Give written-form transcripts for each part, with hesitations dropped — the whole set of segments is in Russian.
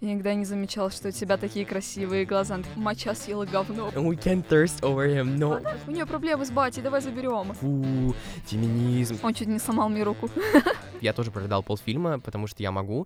Я никогда не замечала, что у тебя такие красивые глаза. Моча съела говно. We can't thirst over him, no. У нее проблемы с батей, давай заберем. Фу, феминизм. Он чуть не сломал мне руку. Я тоже прорыдал полфильма, потому что я могу.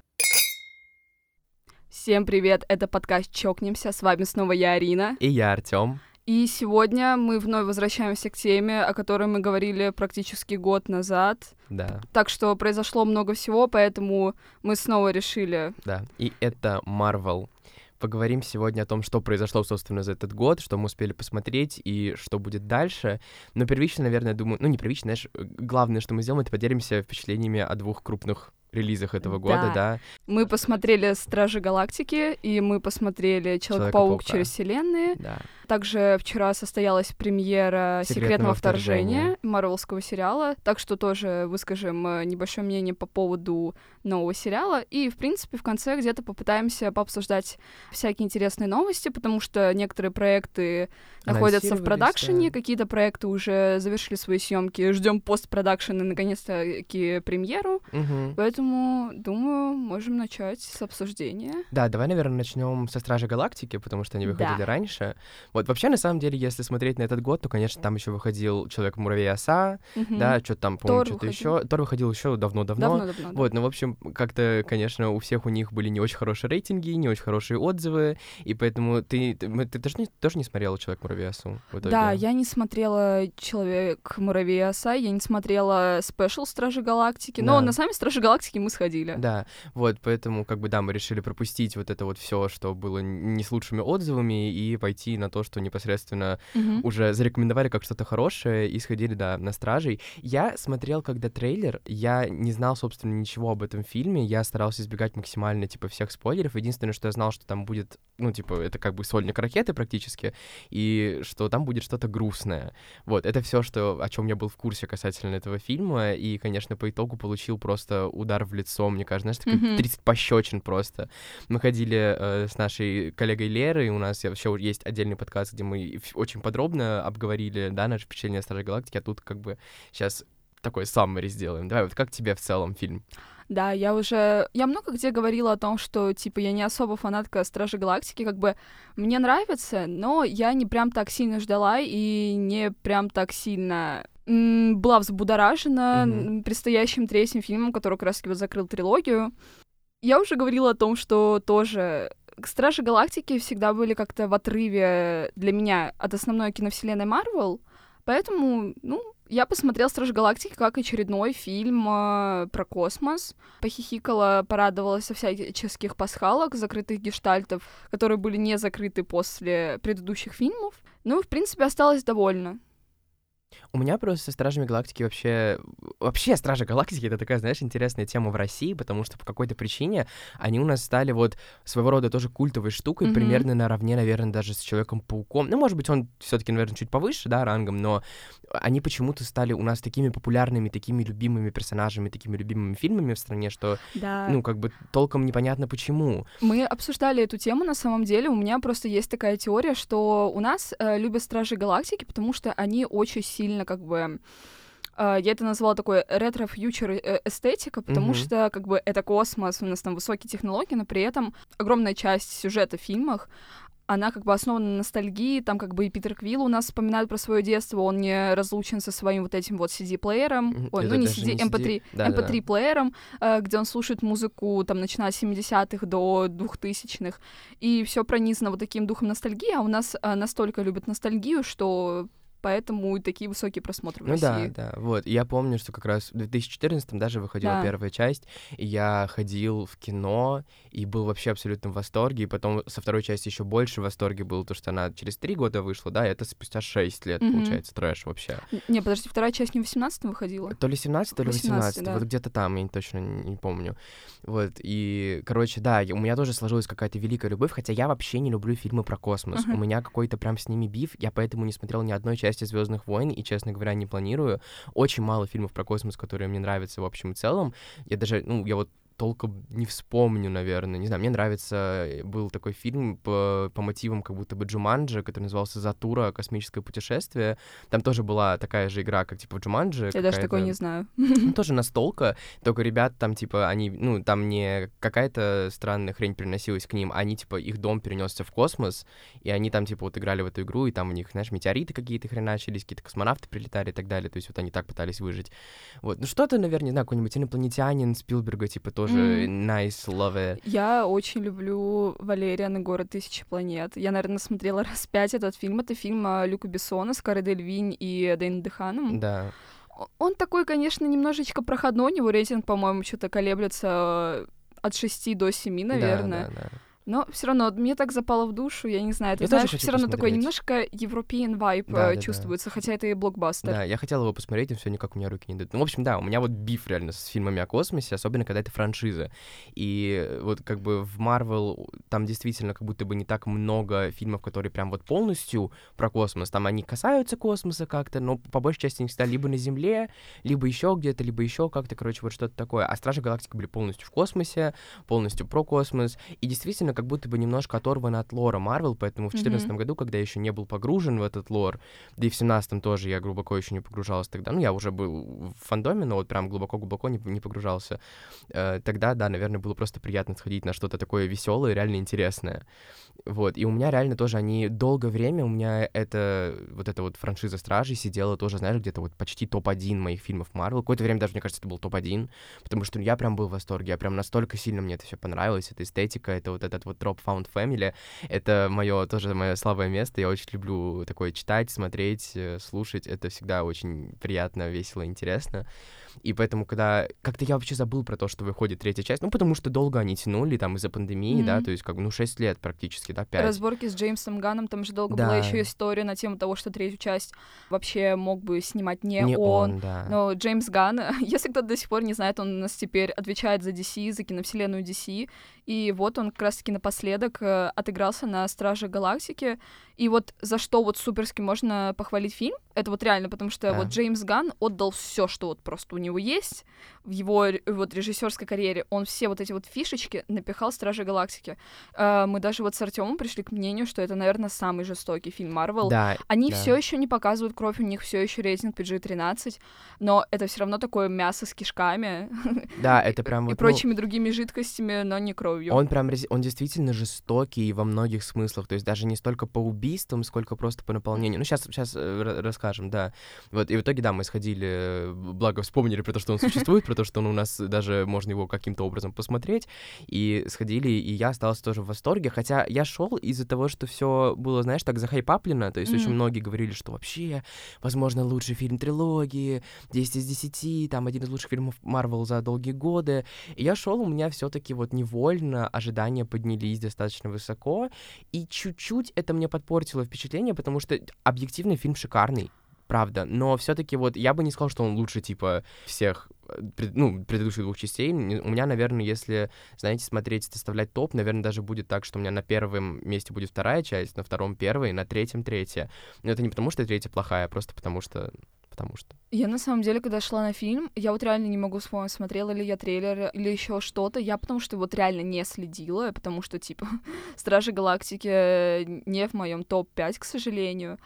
Всем привет, это подкаст «Чокнемся», с вами снова я, Арина. И я, Артём. И сегодня мы вновь возвращаемся к теме, о которой мы говорили практически год назад. Да. Так что произошло много всего, поэтому мы снова решили... Да, и это Marvel. Поговорим сегодня о том, что произошло, собственно, за этот год, что мы успели посмотреть и что будет дальше. Но первично, наверное, думаю... Ну, не первично, знаешь, главное, что мы сделаем, это поделимся впечатлениями о двух крупных релизах этого года, да. Мы посмотрели «Стражи Галактики», и мы посмотрели «Человек-паук через вселенные». Да. Также вчера состоялась премьера «Секретного вторжения», марвелского сериала, так что тоже выскажем небольшое мнение по поводу нового сериала. И, в принципе, в конце где-то попытаемся пообсуждать всякие интересные новости, потому что некоторые проекты находятся в продакшене, какие-то проекты уже завершили свои съемки, ждем постпродакшн и, наконец-таки, премьеру. Поэтому, думаю, можем начать с обсуждения. Да, давай, наверное, начнем со «Стражей Галактики», потому что они выходили раньше. Вот, вообще, на самом деле, если смотреть на этот год, то, конечно, там еще выходил «Человек-муравей и оса», да, что-то там, по-моему, что-то еще. Тор выходил еще давно-давно. Вот, ну, в общем, как-то, конечно, у всех у них были не очень хорошие рейтинги, не очень хорошие отзывы, и поэтому ты тоже не смотрела «Человек-муравей и осу» в итоге? Да, я не смотрела «Человек-муравей и оса», я не смотрела спешл «Стражи Галактики», но на сами «Стражи Галактики» мы сходили. Да, вот, поэтому, как бы, да, мы решили пропустить вот это вот все, что было не с лучшими отзывами, и пойти на то, что непосредственно уже зарекомендовали как что-то хорошее, и сходили, да, на «Стражей». Я смотрел, когда трейлер, я не знал, собственно, ничего об этом фильме, я старался избегать максимально, типа, всех спойлеров. Единственное, что я знал, что там будет, ну, типа, это как бы «Сольник ракеты» практически, и что там будет что-то грустное. Вот, это все, о чем я был в курсе касательно этого фильма, и, конечно, по итогу получил просто удар в лицо, мне кажется, знаешь, такой 30 пощечин просто. Мы ходили с нашей коллегой Лерой, у нас вообще есть отдельный подкаст, где мы очень подробно обговорили, да, наши впечатления о «Стражей Галактики», а тут как бы сейчас такой саммари сделаем. Давай, вот как тебе в целом фильм? Да, я много где говорила о том, что, типа, я не особо фанатка «Стражей Галактики», как бы мне нравится, но я не прям так сильно ждала и не прям так сильно была взбудоражена предстоящим третьим фильмом, который как раз-таки вот закрыл трилогию. Я уже говорила о том, что тоже «Стражи Галактики» всегда были как-то в отрыве для меня от основной киновселенной Marvel, поэтому, я посмотрела «Стражи Галактики» как очередной фильм про космос. Похихикала, порадовалась со всяческих пасхалок, закрытых гештальтов, которые были не закрыты после предыдущих фильмов. В принципе, осталась довольна. У меня просто со «Стражами Галактики» вообще «Стражи Галактики» — это такая, знаешь, интересная тема в России, потому что по какой-то причине они у нас стали вот своего рода тоже культовой штукой, примерно наравне, наверное, даже с Человеком-пауком. Ну, может быть, он все-таки, наверное, чуть повыше, да, рангом, но они почему-то стали у нас такими популярными, такими любимыми персонажами, такими любимыми фильмами в стране, что, как бы толком непонятно почему. Мы обсуждали эту тему, на самом деле. У меня просто есть такая теория, что у нас любят «Стражи Галактики», потому что они очень сильно, как бы, я это назвала такой ретро-фьючер эстетика, потому что, как бы, это космос, у нас там высокие технологии, но при этом огромная часть сюжета в фильмах, она как бы основана на ностальгии, там как бы и Питер Квилл у нас вспоминает про свое детство, он не разлучен со своим вот этим вот CD-плеером, не CD, MP3-плеером, где он слушает музыку, там, начиная с 70-х до 2000-х, и все пронизано вот таким духом ностальгии, а у нас настолько любят ностальгию, что... Поэтому и такие высокие просмотры в России. Да, вот. Я помню, что как раз в 2014-м даже выходила первая часть, и я ходил в кино и был вообще абсолютно в восторге, и потом со второй части еще больше в восторге был, потому что она через 3 года вышла, да, и это спустя 6 лет, получается, трэш вообще. Не, подожди, вторая часть не в 18-м выходила? То ли 17, то ли 18, да. Вот где-то там, я точно не помню. Вот, и, короче, да, у меня тоже сложилась какая-то великая любовь, хотя я вообще не люблю фильмы про космос. У меня какой-то прям с ними биф, я поэтому не смотрел ни одной части «Звездных войн», и, честно говоря, не планирую. Очень мало фильмов про космос, которые мне нравятся в общем и целом. Я даже, я вот толком не вспомню, наверное. Не знаю, мне нравится, был такой фильм по мотивам как будто бы Джуманджи, который назывался «Затура. Космическое путешествие». Там тоже была такая же игра, как типа в Джуманджи. Я даже такой не знаю. Тоже настолка, только ребят там типа, они, ну, там не какая-то странная хрень переносилась к ним, они типа, их дом перенесся в космос, и они там типа вот играли в эту игру, и там у них, знаешь, метеориты какие-то хреначились, какие-то космонавты прилетали и так далее, то есть вот они так пытались выжить. Вот, ну что-то, наверное, не знаю, какой-нибудь инопланетянин Спилберга, типа, тоже nice, love it. Я очень люблю «Валериан и город тысячи планет». Я, наверное, смотрела раз 5 этот фильм. Это фильм Люка Бессона с Карой Дель-Винь и Дэнни Деханом. Да. Он такой, конечно, немножечко проходной, у него рейтинг, по-моему, что-то колеблется от 6 до 7, наверное. Да. Но все равно мне так запало в душу, я не знаю, ты знаешь, все равно такой немножко European vibe чувствуется, хотя это и блокбастер. Да, я хотел его посмотреть, но все никак у меня руки не дают. Ну, в общем, да, у меня вот биф реально с фильмами о космосе, особенно когда это франшиза. И вот как бы в Marvel там действительно как будто бы не так много фильмов, которые прям вот полностью про космос. Там они касаются космоса как-то, но по большей части они всегда либо на Земле, либо еще где-то, либо еще как-то, короче, вот что-то такое. А Стражи Галактики были полностью в космосе, полностью про космос. И действительно как будто бы немножко оторвано от лора Marvel, поэтому в 2014 году, когда я еще не был погружен в этот лор, да и в 2017 тоже я глубоко еще не погружался тогда, ну, я уже был в фандоме, но вот прям глубоко-глубоко не погружался, тогда, да, наверное, было просто приятно сходить на что-то такое веселое, реально интересное. Вот, и у меня реально тоже, они долгое время, у меня эта вот франшиза Стражей сидела тоже, знаешь, где-то вот почти топ-1 моих фильмов Marvel, какое-то время даже, мне кажется, это был топ-1, потому что я прям был в восторге, я прям настолько сильно мне это все понравилось, эта эстетика, это вот этот вот троп Found Family, это тоже мое слабое место, я очень люблю такое читать, смотреть, слушать, это всегда очень приятно, весело, интересно. И поэтому, когда... Как-то я вообще забыл про то, что выходит третья часть, ну, потому что долго они тянули, там, из-за пандемии, да, то есть, как бы, 6 лет практически, да, 5. Разборки с Джеймсом Ганном, там же долго была еще история на тему того, что третью часть вообще мог бы снимать не он. Да. Но Джеймс Ганн, если кто-то до сих пор не знает, он у нас теперь отвечает за DC, за киновселенную DC, и вот он как раз-таки напоследок отыгрался на «Страже Галактики», и вот за что вот суперски можно похвалить фильм, это вот реально, потому что вот Джеймс Ганн отдал все, что вот просто у него есть в его вот режиссерской карьере, он все вот эти вот фишечки напихал в «Стражи Галактики». Мы даже вот с Артемом пришли к мнению, что это, наверное, самый жестокий фильм Marvel. Да, они все еще не показывают кровь, у них все еще рейтинг PG-13, но это все равно такое мясо с кишками. Да, это прям вот, и прочими другими жидкостями, но не кровью. Он действительно жестокий во многих смыслах, то есть даже не столько по убийствам, сколько просто по наполнению. Ну, сейчас расскажем, да. Вот, и в итоге, да, мы сходили, благо вспомнили про то, что он существует, про то, что у нас даже можно его каким-то образом посмотреть, и сходили, и я остался тоже в восторге, хотя я шел из-за того, что все было, знаешь, так захайпаплено, то есть очень многие говорили, что вообще, возможно, лучший фильм трилогии, 10 из 10, там, один из лучших фильмов Marvel за долгие годы, и я шел, у меня все-таки вот невольно ожидания поднялись достаточно высоко, и чуть-чуть это мне подпортило впечатление, потому что объективно фильм шикарный, правда, но все-таки вот я бы не сказал, что он лучше, типа, всех предыдущих 2 частей. У меня, наверное, если, знаете, составлять топ, наверное, даже будет так, что у меня на первом месте будет 2 часть, на втором 1, на третьем 3. Но это не потому, что 3 плохая, а просто потому что... Я, на самом деле, когда шла на фильм, я вот реально не могу вспомнить, смотрела ли я трейлер или еще что-то. Я потому что вот реально не следила, потому что, типа, «Стражи Галактики» не в моем топ-5, к сожалению.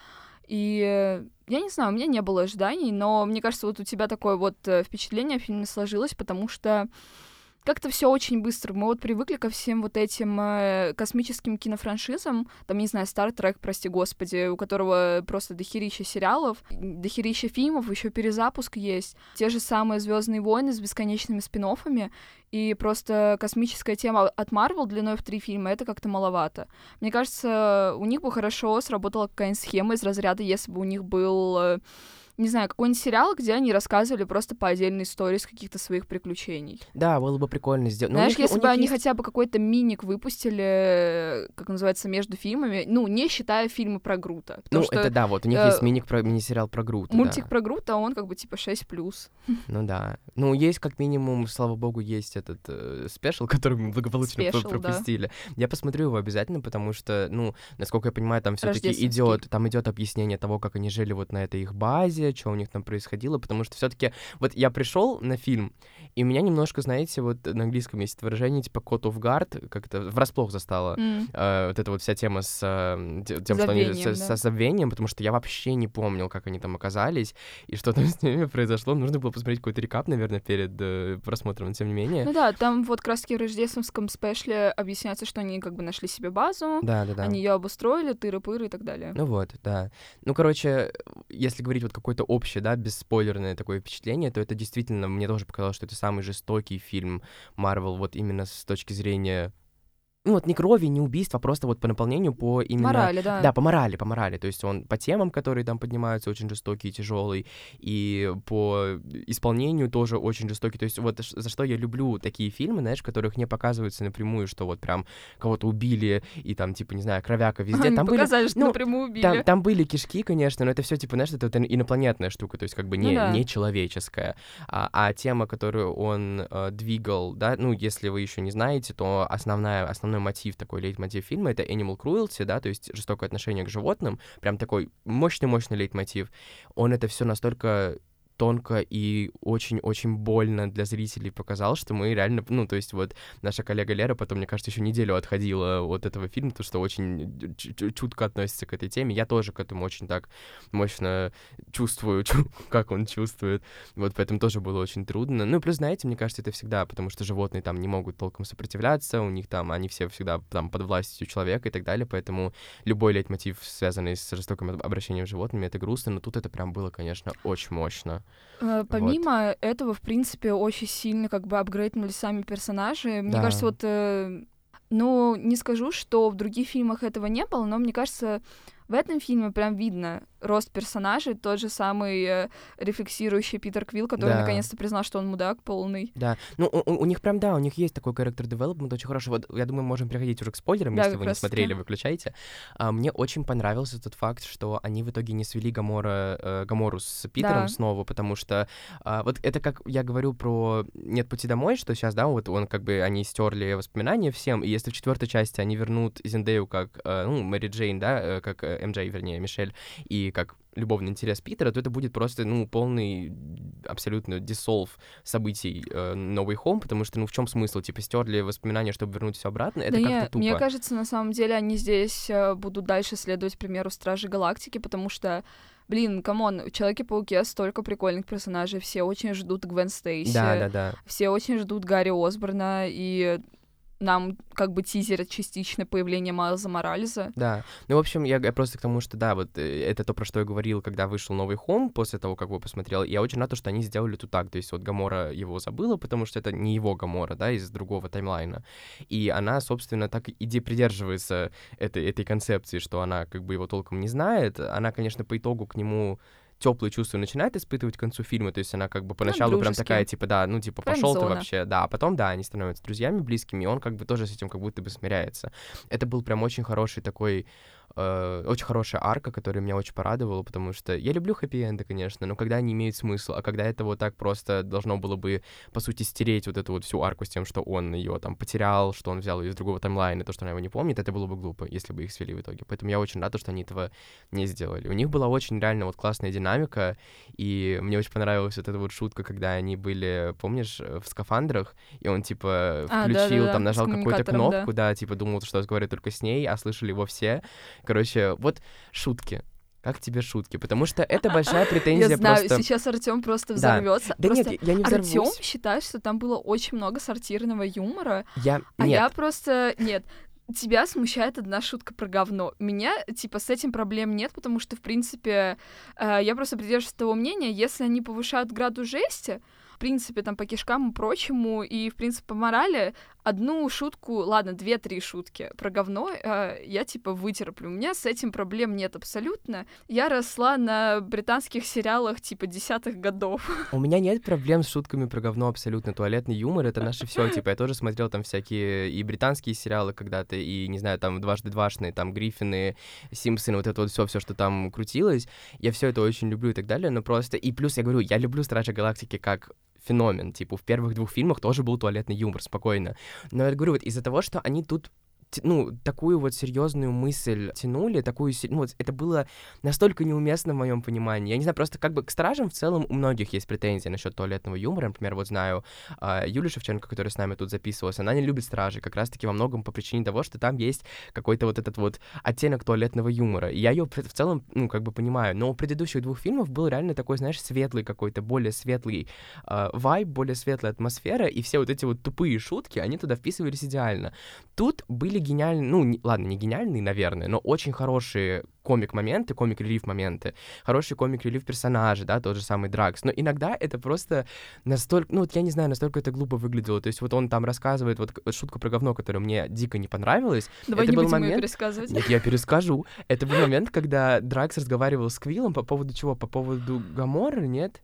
И я не знаю, у меня не было ожиданий, но мне кажется, вот у тебя такое вот впечатление о фильме сложилось, потому что как-то все очень быстро. Мы вот привыкли ко всем вот этим космическим кинофраншизам. Там, не знаю, Star Trek, прости господи, у которого просто дохерища сериалов, дохерища фильмов, еще перезапуск есть. Те же самые «Звездные войны» с бесконечными спин-оффами. И просто космическая тема от Marvel длиной в 3 фильма — это как-то маловато. Мне кажется, у них бы хорошо сработала какая-нибудь схема из разряда, если бы у них был... не знаю, какой-нибудь сериал, где они рассказывали просто по отдельной истории с каких-то своих приключений. Да, было бы прикольно сделать. Знаешь, если бы они хотя бы какой-то миник выпустили, как называется, между фильмами, ну, не считая фильмы про Грута. Ну, что, это да, вот у них есть мини-сериал про Грута. Мультик про Грута, он как бы типа 6+. Ну да. Ну, есть как минимум, слава богу, есть этот спешл, который мы благополучно пропустили. Да. Я посмотрю его обязательно, потому что, ну, насколько я понимаю, там все-таки идет объяснение того, как они жили вот на этой их базе, обсуждали, что у них там происходило, потому что все-таки вот я пришел на фильм, и меня немножко, знаете, вот на английском есть выражение типа caught off guard, как-то врасплох застала вот эта вот вся тема с тем, что они с забвением, потому что я вообще не помнил, как они там оказались, и что там с ними произошло. Нужно было посмотреть какой-то рекап, наверное, перед просмотром, но тем не менее. Ну да, там вот как раз-таки в рождественском спешле объясняется, что они как бы нашли себе базу, они ее обустроили, тыры-пыры и так далее. Ну вот, да. Ну, короче, если говорить вот какое-то общее, да, бесспойлерное такое впечатление, то это действительно, мне тоже показалось, что это самый жестокий фильм Marvel вот именно с точки зрения... Ну вот не крови, не убийства, а просто вот по наполнению, по именно... Морали, да. Да, по морали. То есть он по темам, которые там поднимаются, очень жестокий и тяжелый, и по исполнению тоже очень жестокий. То есть вот за что я люблю такие фильмы, знаешь, в которых не показывается напрямую, что вот прям кого-то убили, и там, типа, не знаю, кровяка везде. Они там показали, были, что напрямую убили. Там были кишки, конечно, но это все типа, знаешь, это инопланетная штука, то есть как бы не человеческая. А тема, которую он двигал, да, ну, если вы еще не знаете, то основной мотив, такой лейтмотив фильма — это animal cruelty, да, то есть жестокое отношение к животным, прям такой мощный-мощный лейтмотив. Он это все настолько тонко и очень-очень больно для зрителей показал, что мы реально, ну, то есть вот наша коллега Лера потом, мне кажется, еще неделю отходила от этого фильма, потому что очень чутко относится к этой теме. Я тоже к этому очень так мощно чувствую, как он чувствует. Вот поэтому тоже было очень трудно. Ну, и плюс, знаете, мне кажется, это всегда, потому что животные там не могут толком сопротивляться, у них там, они все всегда там под властью человека и так далее, поэтому любой лейтмотив, связанный с жестоким обращением с животными, это грустно, но тут это прям было, конечно, очень мощно. Помимо этого, в принципе, очень сильно как бы апгрейднули сами персонажи. Мне кажется, вот, ну, не скажу, что в других фильмах этого не было, но мне кажется, в этом фильме прям видно рост персонажей, тот же самый рефлексирующий Питер Квилл, который наконец-то признал, что он мудак полный. Да, ну у них прям, у них есть такой character development очень хороший. Вот, я думаю, можем переходить уже к спойлерам, если вы не смотрели, выключайте. Мне очень понравился тот факт, что они в итоге не свели Гамору с Питером снова, потому что вот это как я говорю про «Нет пути домой», что сейчас, да, вот он как бы, они стерли воспоминания всем, и если в 4-й части они вернут Зендею как, ну, Мэри Джейн, да, как МД, вернее, Мишель, и как любовный интерес Питера, то это будет просто, ну, полный абсолютно диссолв событий No Way Home, потому что, ну, в чем смысл? Типа, стерли воспоминания, чтобы вернуть все обратно? Это как-то тупо. Мне кажется, на самом деле, они здесь будут дальше следовать примеру Стражей Галактики, потому что, блин, камон, в Человеке-пауке столько прикольных персонажей, все очень ждут Гвен Стейси, все очень ждут Гарри Осборна, и нам как бы тизерят частично появление Майлза Моралеса. Да, ну, в общем, я просто к тому, что, да, вот это то, про что я говорил, когда вышел новый Home, после того, как его посмотрел, я очень рад, что они сделали тут так, то есть вот Гамора его забыла, потому что это не его Гамора, да, из другого таймлайна, и она, собственно, так и придерживается этой концепции, что она как бы его толком не знает, она, конечно, по итогу к нему теплые чувства начинает испытывать к концу фильма, то есть она как бы поначалу прям такая, типа, да, ну, типа, пошел ты вообще, да, а потом, да, они становятся друзьями близкими, и он как бы тоже с этим как будто бы смиряется. Это был прям очень хороший такой, очень хорошая арка, которая меня очень порадовала, потому что я люблю хэппи-энды, конечно, но когда они имеют смысл, а когда это вот так просто должно было бы, по сути, стереть вот эту вот всю арку с тем, что он ее там потерял, что он взял ее из другого таймлайна, то, что она его не помнит, это было бы глупо, если бы их свели в итоге. Поэтому я очень рад, что они этого не сделали. У них была очень реально вот классная динамика, и мне очень понравилась вот эта вот шутка, когда они были, помнишь, в скафандрах, и он, типа, включил, там, нажал какую-то кнопку, да, типа, думал, что разговаривает только с ней, а слышали его все. Короче, вот шутки. Как тебе шутки? Потому что это большая претензия. Я знаю, сейчас Артём просто взорвется. Да нет, я не взорвусь. Артём считает, что там было очень много сортирного юмора. Я просто... Нет. Тебя смущает одна шутка про говно. Меня, типа, с этим проблем нет, потому что, в принципе, я просто придерживаюсь того мнения, если они повышают градус жести, в принципе, там, по кишкам и прочему, и, в принципе, по морали, одну шутку, ладно, 2-3 шутки про говно я, типа, вытерплю. У меня с этим проблем нет абсолютно. Я росла на британских сериалах, типа, 10-х годов. У меня нет проблем с шутками про говно абсолютно. Туалетный юмор — это наше все. Типа, я тоже смотрел там всякие и британские сериалы когда-то, и, не знаю, там, дважды двашные, там, Гриффины, Симпсоны, вот это вот все, что там крутилось. Я все это очень люблю и так далее, но просто... И плюс, я говорю, я люблю Стражи Галактики как феномен. Типа, в первых 2 фильмах тоже был туалетный юмор, спокойно. Но я говорю, вот из-за того, что они тут ну, такую вот серьезную мысль тянули, ну, вот это было настолько неуместно в моем понимании. Я не знаю, просто как бы к «Стражам» в целом у многих есть претензии насчет туалетного юмора. Например, вот знаю Юлю Шевченко, которая с нами тут записывалась, она не любит «Стражи», как раз-таки во многом по причине того, что там есть какой-то вот этот вот оттенок туалетного юмора. И я ее в целом, ну, как бы понимаю. Но у предыдущих двух фильмов был реально такой, знаешь, светлый какой-то, более светлый вайб, более светлая атмосфера, и все вот эти вот тупые шутки, они туда вписывались идеально. Тут были гениальные, ну, ладно, не гениальные, наверное, но очень хорошие комик-моменты, комик-релив-моменты, хороший комик-релив персонажи, да, тот же самый Дракс, но иногда это просто настолько, ну, вот я не знаю, настолько это глупо выглядело, то есть вот он там рассказывает вот шутку про говно, которая мне дико не понравилась. Давай это не был будем момент... ее пересказывать. Нет, я перескажу. Это был момент, когда Дракс разговаривал с Квиллом по поводу чего? По поводу Гаморры, нет?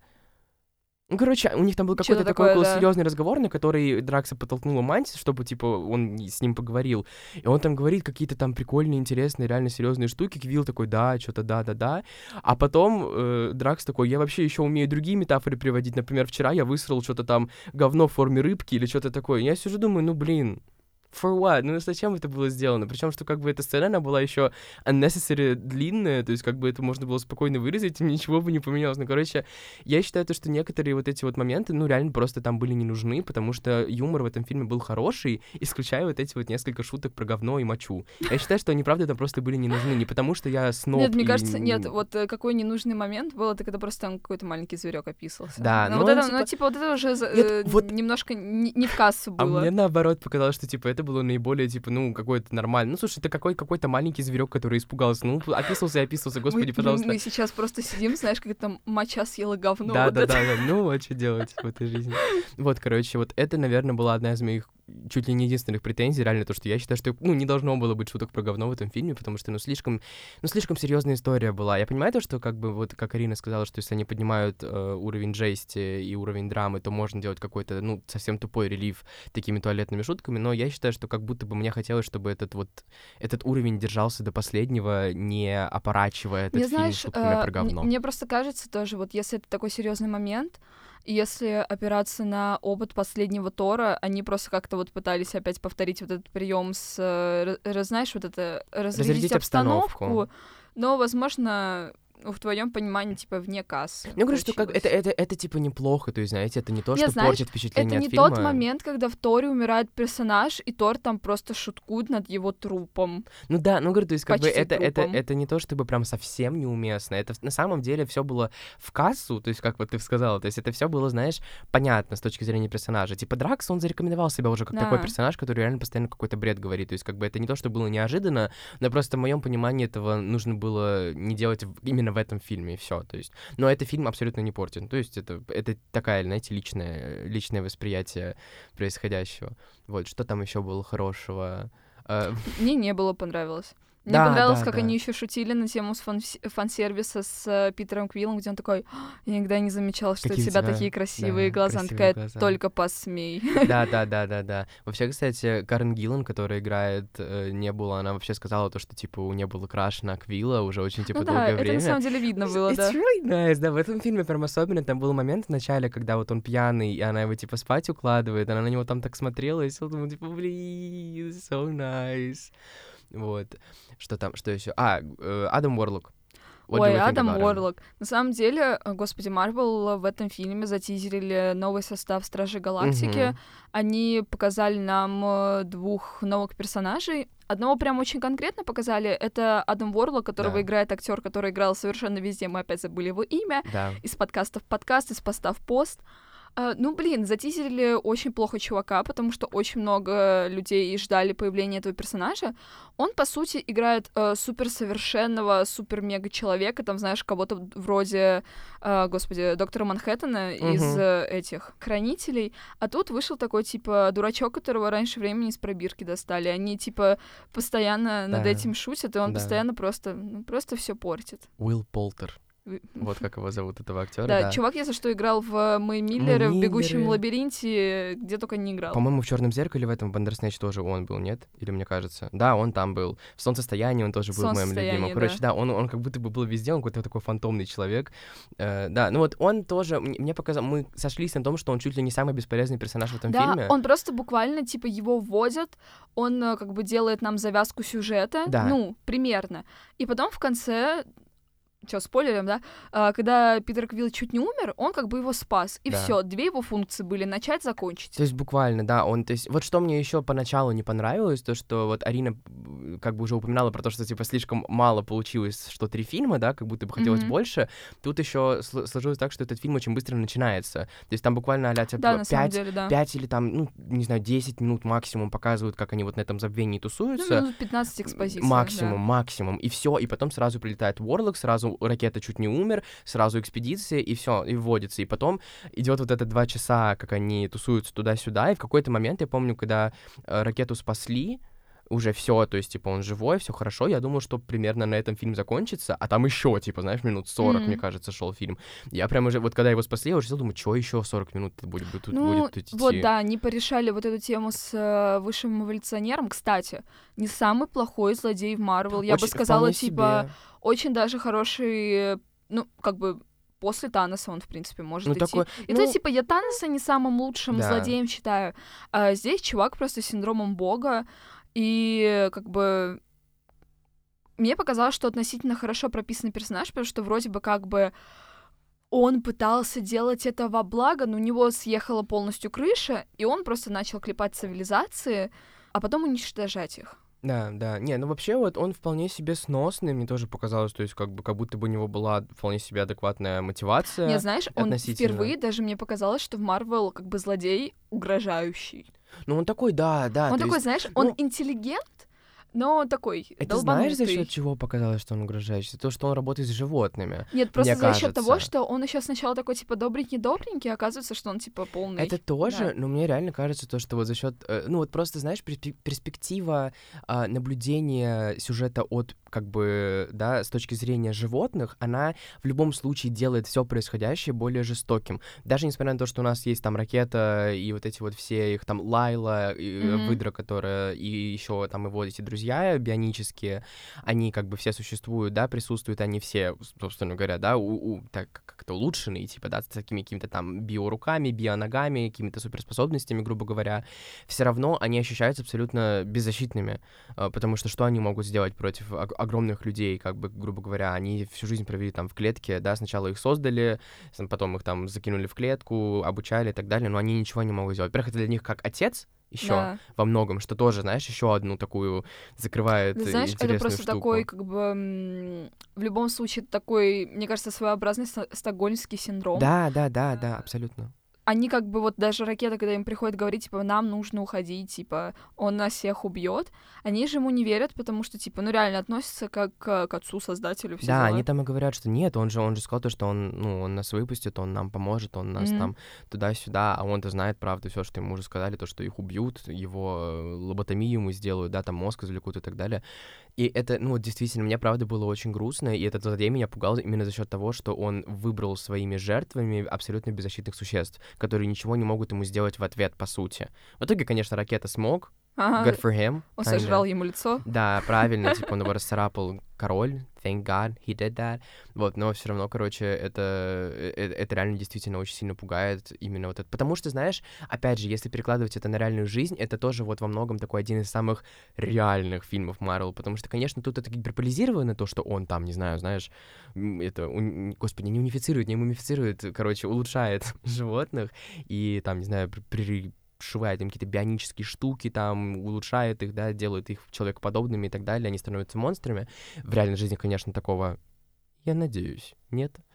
Ну, короче, у них там был какой-то такой около серьезный разговор, на который Дракса подтолкнула Мантис, чтобы, типа, он с ним поговорил. И он там говорит какие-то там прикольные, интересные, реально серьезные штуки. Квилл такой, да, что-то да. А потом Дракс такой, я вообще еще умею другие метафоры приводить. Например, вчера я высрал что-то там говно в форме рыбки или что-то такое. Я сижу, думаю, ну, блин, for what? Ну, зачем это было сделано? Причем, что как бы эта сцена, она была еще unnecessary длинная, то есть как бы это можно было спокойно вырезать, и ничего бы не поменялось. Ну, короче, я считаю, что некоторые вот эти вот моменты, ну, реально просто там были не нужны, потому что юмор в этом фильме был хороший, исключая вот эти вот несколько шуток про говно и мочу. Я считаю, что они, правда, там просто были не нужны, не потому что я сноб. Нет, мне кажется, нет, вот какой ненужный момент был, это когда просто там какой-то маленький зверек описывался. Да, но вот это, типа... ну, типа, вот это уже вот... немножко не в кассу было. А мне, наоборот, показалось, что, типа, это было наиболее, типа, ну, какой-то нормальный. Ну, слушай, это какой-то маленький зверек, который испугался. Ну, описывался, господи, пожалуйста. Мы сейчас просто сидим, знаешь, как там моча съела говно. Да, ну, а что делать в этой жизни? Вот, короче, вот это, наверное, была одна из моих чуть ли не единственных претензий, реально, то, что я считаю, что, ну, не должно было быть шуток про говно в этом фильме, потому что, слишком серьезная история была. Я понимаю то, что, как бы, вот, как Арина сказала, что если они поднимают уровень жести и уровень драмы, то можно делать какой-то, ну, совсем тупой релив такими туалетными шутками, но я считаю, что как будто бы мне хотелось, чтобы этот уровень держался до последнего, не опорачивая этот фильм шутками про говно. Мне просто кажется тоже, вот, если это такой серьезный момент, если опираться на опыт последнего Тора, они просто как-то вот пытались опять повторить вот этот прием с, знаешь, вот это разрядить обстановку. Но, возможно, в твоем понимании, типа, вне кассы. Я говорю, что как это типа неплохо, то есть, знаете, это не то, что портит впечатление от фильма. Это не тот момент, когда в Торе умирает персонаж, и Тор там просто шуткует над его трупом. Ну да, ну говорю, то есть, как бы это не то, чтобы прям совсем неуместно. Это на самом деле все было в кассу, то есть, как вот ты сказала, то есть это все было, знаешь, понятно с точки зрения персонажа. Типа Дракс, он зарекомендовал себя уже как такой персонаж, который реально постоянно какой-то бред говорит. То есть, как бы это не то, что было неожиданно, но просто в моем понимании этого нужно было не делать именно в этом фильме, и все, то есть, но это фильм абсолютно не портит, то есть это такая, знаете, личное восприятие происходящего. Вот, что там еще было хорошего? Мне не было понравилось. Мне понравилось, как они еще шутили на тему фан-сервиса с Питером Квиллом, где он такой, я никогда не замечал, что у тебя такие красивые глаза. Она такая, только посмей. Да. Вообще, кстати, Карен Гиллан, которая играет Небулу, она вообще сказала то, что, типа, у Небулы краш на Квилла уже очень, типа, долгое время. Это на самом деле видно было, да. It's really nice, да, в этом фильме прям особенно, там был момент в начале, когда вот он пьяный, и она его, типа, спать укладывает, она на него там так смотрела, и все, думала, типа, блин, so nice. Вот. Что еще? Адам Уорлок. Адам Уорлок. На самом деле, господи, Марвел в этом фильме затизерили новый состав Стражей Галактики. Они показали нам 2 новых персонажей. Одного прям очень конкретно показали. Это Адам Уорлок, которого играет актер, который играл совершенно везде. Мы опять забыли его имя. Из подкаста в подкаст, из поста в пост. Ну, блин, затизерили очень плохо чувака, потому что очень много людей ждали появления этого персонажа. Он, по сути, играет суперсовершенного, супер-мега-человека, там, знаешь, кого-то вроде, доктора Манхэттена из этих Хранителей. А тут вышел такой, типа, дурачок, которого раньше времени из пробирки достали. Они, типа, постоянно над этим шутят, и он постоянно просто все портит. Уилл Полтер. Вот как его зовут, этого актера. Да, чувак, если что, играл в «Мы Миллеры», в «Бегущем лабиринте», где только не играл. По-моему, в «Черном зеркале» в этом Бандерснэч тоже он был, нет? Или мне кажется? Да, он там был. В «Солнцестоянии» он тоже был моим любимым. Короче, да, он как будто бы был везде, он какой-то такой фантомный человек. Да, ну вот он тоже, мне показалось, мы сошлись на том, что он чуть ли не самый бесполезный персонаж в этом фильме. Да, он просто буквально, типа, его вводят, он как бы делает нам завязку сюжета, ну, примерно. И потом в конце... Что, спойлерим, да? Когда Питер Квилл чуть не умер, он как бы его спас. И все, две его функции были: начать, закончить. То есть буквально, да, то есть вот что мне еще поначалу не понравилось, то, что вот Арина как бы уже упоминала про то, что типа слишком мало получилось, что 3 фильма, да, как будто бы хотелось больше. Тут еще сложилось так, что этот фильм очень быстро начинается. То есть там буквально а-ля типа 5 или там, ну, не знаю, 10 минут максимум показывают, как они вот на этом забвении тусуются. Ну, 15 экспозиций. Максимум. И все, и потом сразу прилетает Уорлок, сразу ракета чуть не умер, сразу экспедиция, и все, и вводится. И потом идет вот это 2 часа, как они тусуются туда-сюда, и в какой-то момент, я помню, когда ракету спасли, уже все, то есть, типа, он живой, все хорошо, я думал, что примерно на этом фильм закончится, а там еще, типа, знаешь, минут 40, мне кажется, шел фильм. Я прям уже, вот когда его спасли, я уже сидел, думаю, что еще 40 минут будет идти? Вот, да, они порешали вот эту тему с высшим эволюционером. Кстати, не самый плохой злодей в Марвел, я бы сказала, типа, очень даже хороший, ну, как бы, после Таноса он, в принципе, может идти. Такой, и то, типа, я Таноса не самым лучшим злодеем считаю. А здесь чувак просто с синдромом бога, и как бы мне показалось, что относительно хорошо прописанный персонаж, потому что вроде бы как бы он пытался делать это во благо, но у него съехала полностью крыша, и он просто начал клепать цивилизации, а потом уничтожать их. Да. Не, ну вообще вот он вполне себе сносный, мне тоже показалось, то есть как будто бы у него была вполне себе адекватная мотивация. Не, знаешь, он впервые даже мне показалось, что в Марвел как бы злодей угрожающий. Ну он такой, да. Он такой, знаешь, он интеллигент, но такой это долбанутый. Знаешь, за счет чего показалось, что он угрожающий? То, что он работает с животными. Нет, просто за счет того, что он еще сначала такой, типа, добренький, а оказывается, что он, типа, полный. Это тоже, но мне реально кажется, то, что вот за счет, ну вот просто, знаешь, перспектива наблюдения сюжета от, как бы, да, с точки зрения животных, она в любом случае делает все происходящее более жестоким. Даже несмотря на то, что у нас есть там ракета и вот эти вот все их там Лайла, выдра, которая, и еще там его эти друзья бионические, они как бы все существуют, да, присутствуют, они все, собственно говоря, да, так как-то улучшенные, типа, да, с такими какими-то там биоруками, бионогами, какими-то суперспособностями, грубо говоря, все равно они ощущаются абсолютно беззащитными, потому что они могут сделать против огромных людей, как бы, грубо говоря, они всю жизнь провели там в клетке, да, сначала их создали, потом их там закинули в клетку, обучали и так далее, но они ничего не могут сделать. Во-первых, это для них как отец, еще во многом, что тоже, знаешь, еще одну такую закрывает знаешь, интересную это просто штуку. Такой, как бы, в любом случае, такой, мне кажется, своеобразный стокгольмский синдром. Да, абсолютно. Они как бы вот даже ракета, когда им приходит говорить, типа, нам нужно уходить, типа, он нас всех убьет, они же ему не верят, потому что, типа, ну реально относятся как к отцу, создателю, все дела. Они там и говорят, что нет, он же сказал то, что он нас выпустит, он нам поможет, он нас там туда-сюда, а он-то знает правду, все, что ему уже сказали, то, что их убьют, его лоботомию ему сделают, да, там мозг извлекут и так далее. И это, ну, действительно, мне, правда, было очень грустно, и этот злодей меня пугал именно за счет того, что он выбрал своими жертвами абсолютно беззащитных существ, которые ничего не могут ему сделать в ответ, по сути. В итоге, конечно, ракета смог, good for him. Он сожрал ему лицо. Да, правильно, типа он его расцарапал, король, thank God he did that. Вот, но все равно, короче, это реально действительно очень сильно пугает именно вот это. Потому что, знаешь, опять же, если перекладывать это на реальную жизнь, это тоже вот во многом такой один из самых реальных фильмов Марвел, потому что, конечно, тут это гиперболизировано, то, что он там, не знаю, знаешь, это, господи, не мумифицирует, короче, улучшает животных и там, не знаю, пришивает им какие-то бионические штуки, там, улучшает их, да, делает их человекоподобными и так далее, они становятся монстрами. В реальной жизни, конечно, такого, я надеюсь, нет.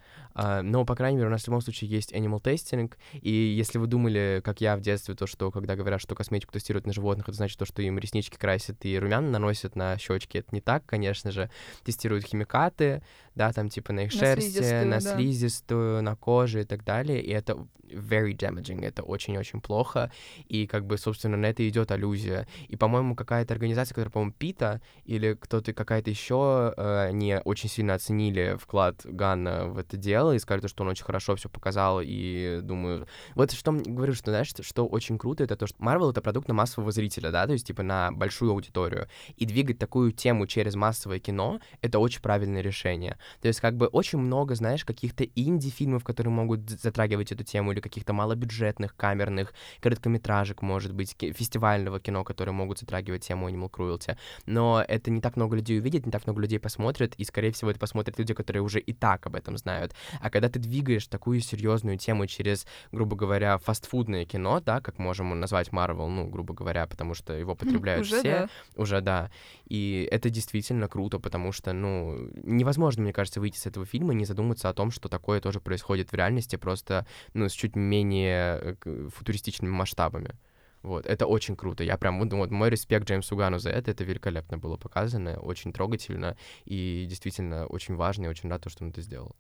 Но, по крайней мере, у нас в любом случае есть animal testing, и если вы думали, как я в детстве, то, что когда говорят, что косметику тестируют на животных, это значит то, что им реснички красят и румяна наносят на щечки. Это не так, конечно же. Тестируют химикаты, да, там типа на их шерсти, на слизистую, на коже и так далее, и это very damaging, это очень-очень плохо, и как бы, собственно, на это идет аллюзия. И, по-моему, какая-то организация, которая, по-моему, PETA или кто-то, какая-то еще, не очень сильно оценили вклад Ганна в это дело и сказали, что он очень хорошо все показал, и думаю... Вот что говорю, что, знаешь, что очень круто, это то, что Marvel — это продукт на массового зрителя, да, то есть, типа, на большую аудиторию, и двигать такую тему через массовое кино — это очень правильное решение. То есть, как бы, очень много, знаешь, каких-то инди-фильмов, которые могут затрагивать эту тему, или каких-то малобюджетных, камерных, короткометражек, может быть, фестивального кино, которые могут затрагивать тему Animal Cruelty. Но это не так много людей увидит, не так много людей посмотрят, и, скорее всего, это посмотрят люди, которые уже и так об этом знают. А когда ты двигаешь такую серьезную тему через, грубо говоря, фастфудное кино, да, как можем назвать Marvel, ну, грубо говоря, потому что его потребляют все, уже, да, и это действительно круто, потому что, ну, невозможно, мне кажется, выйти с этого фильма и не задуматься о том, что такое тоже происходит в реальности, просто, ну, с чуть менее футуристичными масштабами. Вот, это очень круто. Я прям, вот мой респект Джеймсу Ганну за это великолепно было показано, очень трогательно и действительно очень важно, и очень рад, что он это сделал.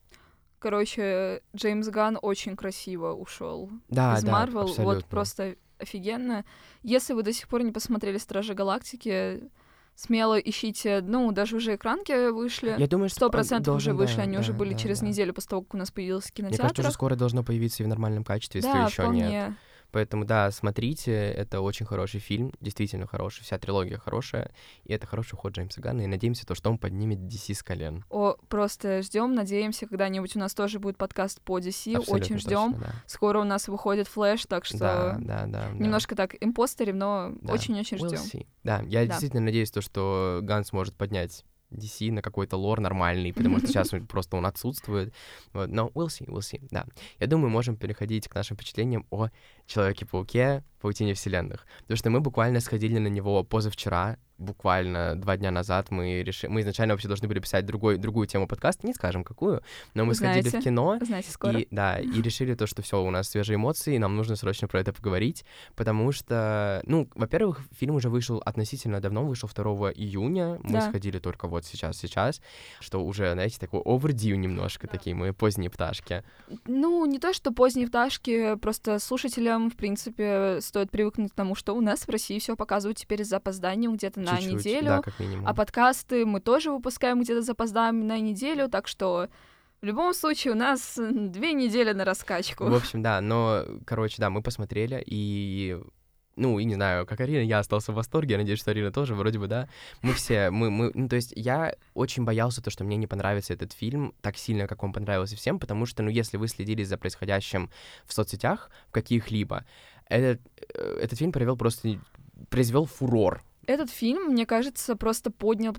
Короче, Джеймс Ганн очень красиво ушел из абсолютно. Marvel, вот просто офигенно. Если вы до сих пор не посмотрели «Стражи Галактики», смело ищите, ну, даже уже экранки вышли. Я думаю, что 100% уже вышли, они уже были через неделю после того, как у нас появился кинотеатр. Мне кажется, уже скоро должно появиться и в нормальном качестве, если еще нет. Поэтому, да, смотрите, это очень хороший фильм, действительно хороший, вся трилогия хорошая, и это хороший ход Джеймса Ганна, и надеемся, что он поднимет DC с колен. Просто ждем, надеемся, когда-нибудь у нас тоже будет подкаст по DC, абсолютно очень ждем. Да. Скоро у нас выходит Флэш, так что немножко так импостерим, но очень-очень ждем. Да, я действительно надеюсь, что Ганн сможет поднять DC на какой-то лор нормальный, потому что сейчас просто он отсутствует. Вот. Но we'll see, да. Я думаю, можем переходить к нашим впечатлениям о Человеке-пауке, Паутине вселенных. Потому что мы буквально сходили на него позавчера, буквально 2 дня назад. Мы изначально вообще должны были писать другую тему подкаста, не скажем какую, но мы сходили в кино. Скоро. И решили то, что все, у нас свежие эмоции, и нам нужно срочно про это поговорить, потому что, ну, во-первых, фильм уже вышел относительно давно, вышел 2 июня, мы сходили только вот сейчас, что уже, знаете, такой overdue немножко, такие мы поздние пташки. Ну, не то, что поздние пташки, просто слушателям, в принципе, стоит привыкнуть к тому, что у нас в России все показывают теперь с запозданием где-то на неделю, да, как минимум. А подкасты мы тоже выпускаем где-то с запозданием на неделю, так что в любом случае у нас 2 недели на раскачку. В общем, да, но, короче, да, мы посмотрели, и... Ну, и не знаю, как Арина, я остался в восторге, я надеюсь, что Арина тоже, вроде бы, да. Мы все, ну, то есть я очень боялся, что мне не понравится этот фильм так сильно, как он понравился всем, потому что, ну, если вы следили за происходящим в соцсетях, в каких-либо, этот фильм произвел фурор. Этот фильм, мне кажется, просто поднял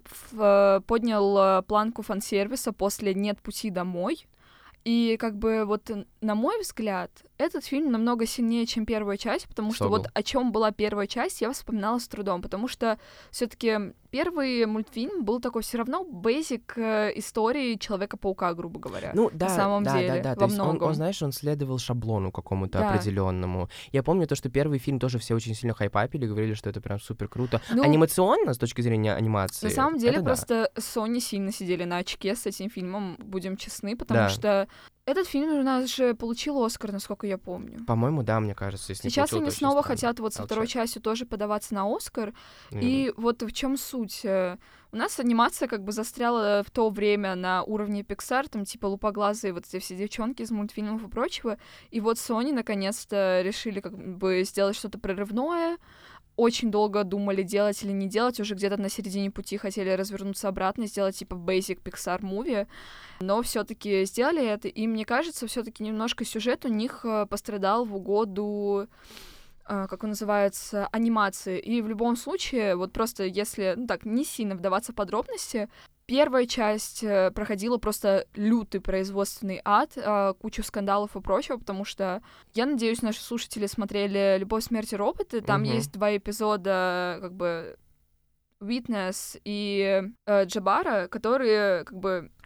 планку фан-сервиса после «Нет пути домой». И как бы вот, на мой взгляд, этот фильм намного сильнее, чем первая часть, потому что вот о чем была первая часть, я вспоминала с трудом, потому что все-таки первый мультфильм был такой все равно бейсик истории Человека-паука, грубо говоря. Ну да, на самом деле, да. Во многом. Он, знаешь, он следовал шаблону какому-то определенному. Я помню то, что первый фильм тоже все очень сильно хайпапили, говорили, что это прям супер круто. Ну, анимационно, с точки зрения анимации. На самом деле, просто Sony сильно сидели на очке с этим фильмом, будем честны, потому что этот фильм у нас же получил Оскар, насколько я помню. По-моему, да, мне кажется. Если сейчас они снова хотят вот со второй частью тоже подаваться на Оскар. И вот в чем суть? У нас анимация как бы застряла в то время на уровне Pixar, там типа лупоглазые вот эти все девчонки из мультфильмов и прочего. И вот Sony наконец-то решили как бы сделать что-то прорывное. Очень долго думали, делать или не делать, уже где-то на середине пути хотели развернуться обратно, сделать типа basic Pixar movie, но все-таки сделали это, и мне кажется, все-таки немножко сюжет у них пострадал в угоду, как он называется, анимации. И в любом случае, вот просто если, ну так, не сильно вдаваться в подробности, первая часть проходила просто лютый производственный ад, кучу скандалов и прочего, потому что, я надеюсь, наши слушатели смотрели «Любовь, смерть и роботы», там есть 2 эпизода, как бы, Witness и Джабара, которые, как бы,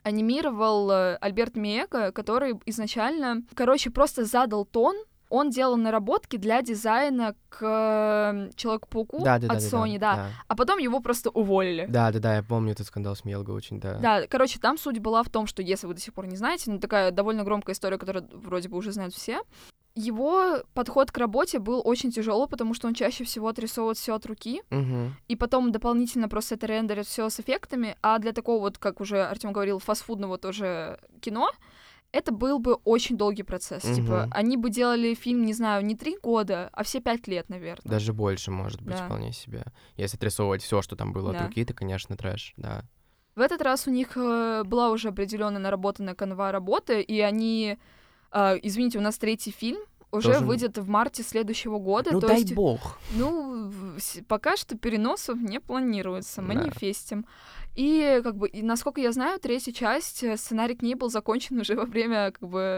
анимировал Альберт Миэго, который изначально, просто задал тон. Он делал наработки для дизайна к Человеку-пауку от Sony, да. А потом его просто уволили. Да, я помню этот скандал с Миэго очень, да. Да, там суть была в том, что, если вы до сих пор не знаете, такая довольно громкая история, которую вроде бы уже знают все, его подход к работе был очень тяжелый, потому что он чаще всего отрисовывает все от руки, и потом дополнительно просто это рендерит все с эффектами, а для такого вот, как уже Артём говорил, фастфудного тоже кино, это был бы очень долгий процесс. Типа, они бы делали фильм, не знаю, не 3 года, а все 5 лет, наверное. Даже больше, может быть, вполне себе. Если отрисовывать все, что там было от руки, это, конечно, трэш, да. В этот раз у них была уже определенно наработанная канва работы, и они... извините, у нас 3-й фильм уже тоже... выйдет в марте следующего года. Ну, дай бог. Ну, пока что переносов не планируется, манифестим. И, насколько я знаю, 3-я часть, сценарий к ней был закончен уже во время,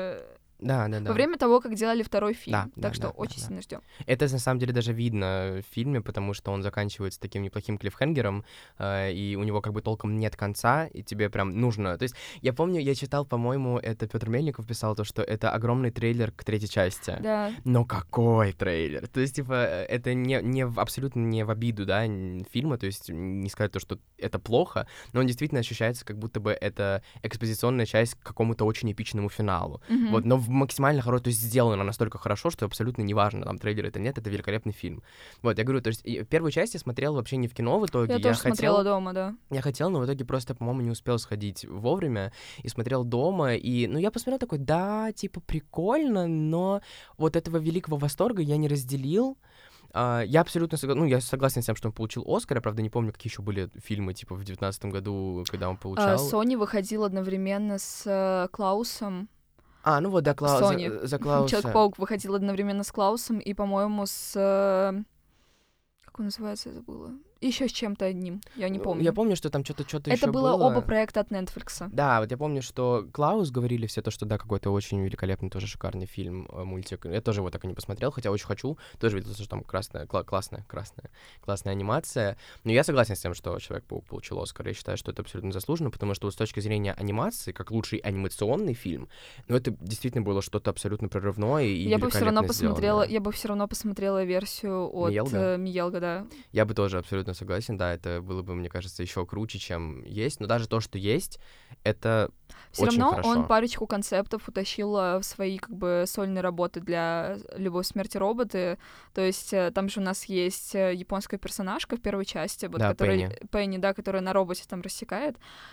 во время того, как делали 2-й фильм. Так что очень сильно ждем. Это, на самом деле, даже видно в фильме, потому что он заканчивается таким неплохим клиффхенгером, и у него толком нет конца, и тебе прям нужно... То есть, я помню, я читал, по-моему, это Петр Мельников писал то, что это огромный трейлер к 3-й части. Да. Но какой трейлер? То есть, это абсолютно не в обиду, да, фильма, то есть, не сказать то, что это плохо, но он действительно ощущается, как будто бы это экспозиционная часть к какому-то очень эпичному финалу. Вот, но максимально хорошо, то есть сделано настолько хорошо, что абсолютно неважно, там трейлер это нет, это великолепный фильм. Вот, я говорю, то есть первую часть я смотрел вообще не в кино в итоге. Я тоже смотрела дома, да. Я хотел, но в итоге просто, по-моему, не успел сходить вовремя и смотрел дома, и, я посмотрел такой, да, прикольно, но вот этого великого восторга я не разделил. Я абсолютно я согласен с тем, что он получил Оскар. Я, правда, не помню, какие еще были фильмы, в 19-м году, когда он получал. Sony выходил одновременно с Клаусом. Ну вот, да, за Клауса. Человек-паук выходил одновременно с Клаусом и, по-моему, с... Как он называется, это было? Еще с чем-то одним, я не помню. Я помню, что там что-то еще было. Это было оба проекта от Netflix. Да, вот я помню, что Клаус говорили все то, что да, какой-то очень великолепный, тоже шикарный фильм, мультик. Я тоже его так и не посмотрел, хотя очень хочу. Тоже видел, что там классная анимация. Но я согласен с тем, что Человек-паук получил Оскар. Я считаю, что это абсолютно заслуженно, потому что с точки зрения анимации, как лучший анимационный фильм, это действительно было что-то абсолютно прорывное и великолепно сделано. Я бы все равно посмотрела версию от Миелга, да. Я бы тоже абсолютно согласен, да, это было бы, мне кажется, еще круче, чем есть, но даже то, что есть, это все очень равно хорошо. Он парочку концептов утащил в свои сольные работы для «Любовь, смерть и роботы», то есть там же у нас есть японская персонажка в первой части, вот, да, Пенни, да, которая на роботе там рассекает,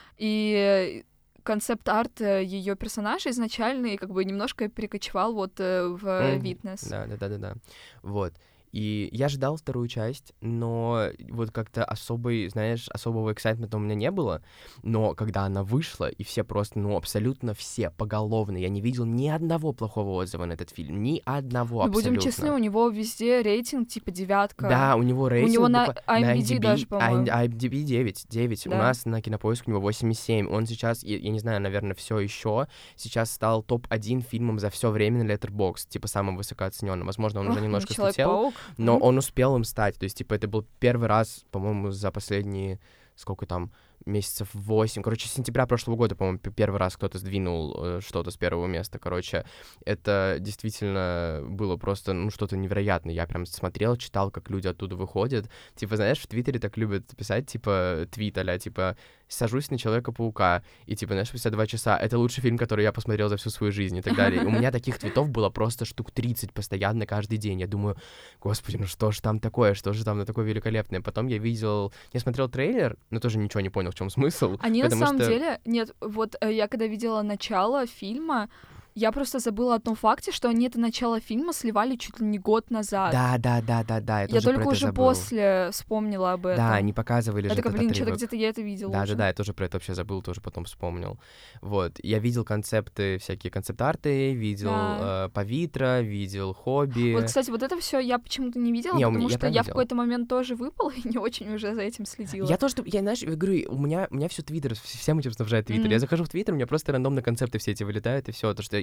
и концепт-арт ее персонажа изначальный немножко перекочевал вот в Witness. Да, вот. И я ждал 2-ю часть, но вот как-то особого эксайтмента у меня не было. Но когда она вышла, и все просто, абсолютно все поголовно, я не видел ни одного плохого отзыва на этот фильм, ни одного абсолютно. Будем честны, у него везде рейтинг 9. Да, у него рейтинг... У него на IMDb даже, по-моему. IMDb 9. Да. У нас на Кинопоиск у него 8,7. Он сейчас, я не знаю, наверное, все еще сейчас стал топ-1 фильмом за все время на Letterboxd, самым высокооцененным. Возможно, он уже немножко слетел. Но он успел им стать, то есть, это был первый раз, по-моему, за последние, месяцев 8, с сентября прошлого года, по-моему, первый раз кто-то сдвинул что-то с первого места, это действительно было просто, что-то невероятное, я прям смотрел, читал, как люди оттуда выходят, знаешь, в Твиттере так любят писать, твит а-ля, сажусь на Человека-паука, и, 52 часа, это лучший фильм, который я посмотрел за всю свою жизнь, и так далее, и у меня таких твитов было просто штук 30 постоянно каждый день, я думаю, господи, что же там такое, что же там такое великолепное, потом я смотрел трейлер, но тоже ничего не понял, в чем смысл. Они на самом деле... Нет, вот я когда видела начало фильма, я просто забыла о том факте, что они это начало фильма сливали чуть ли не год назад. Да. Я только уже после вспомнила об этом. Да, они показывали же этот отрывок. Что-то где-то я это видела уже. Да, я тоже про это вообще забыл, тоже потом вспомнил. Вот, я видел всякие концепт-арты, видел Павитра, видел Хобби. Вот, кстати, вот это все я почему-то не видела, потому что я в какой-то момент тоже выпала и не очень уже за этим следила. Я тоже, я говорю, у меня все Твиттер, всем этим снабжает Твиттер. Я захожу в Твиттер, у меня просто рандомно концепты все эти вылетают, и все, то что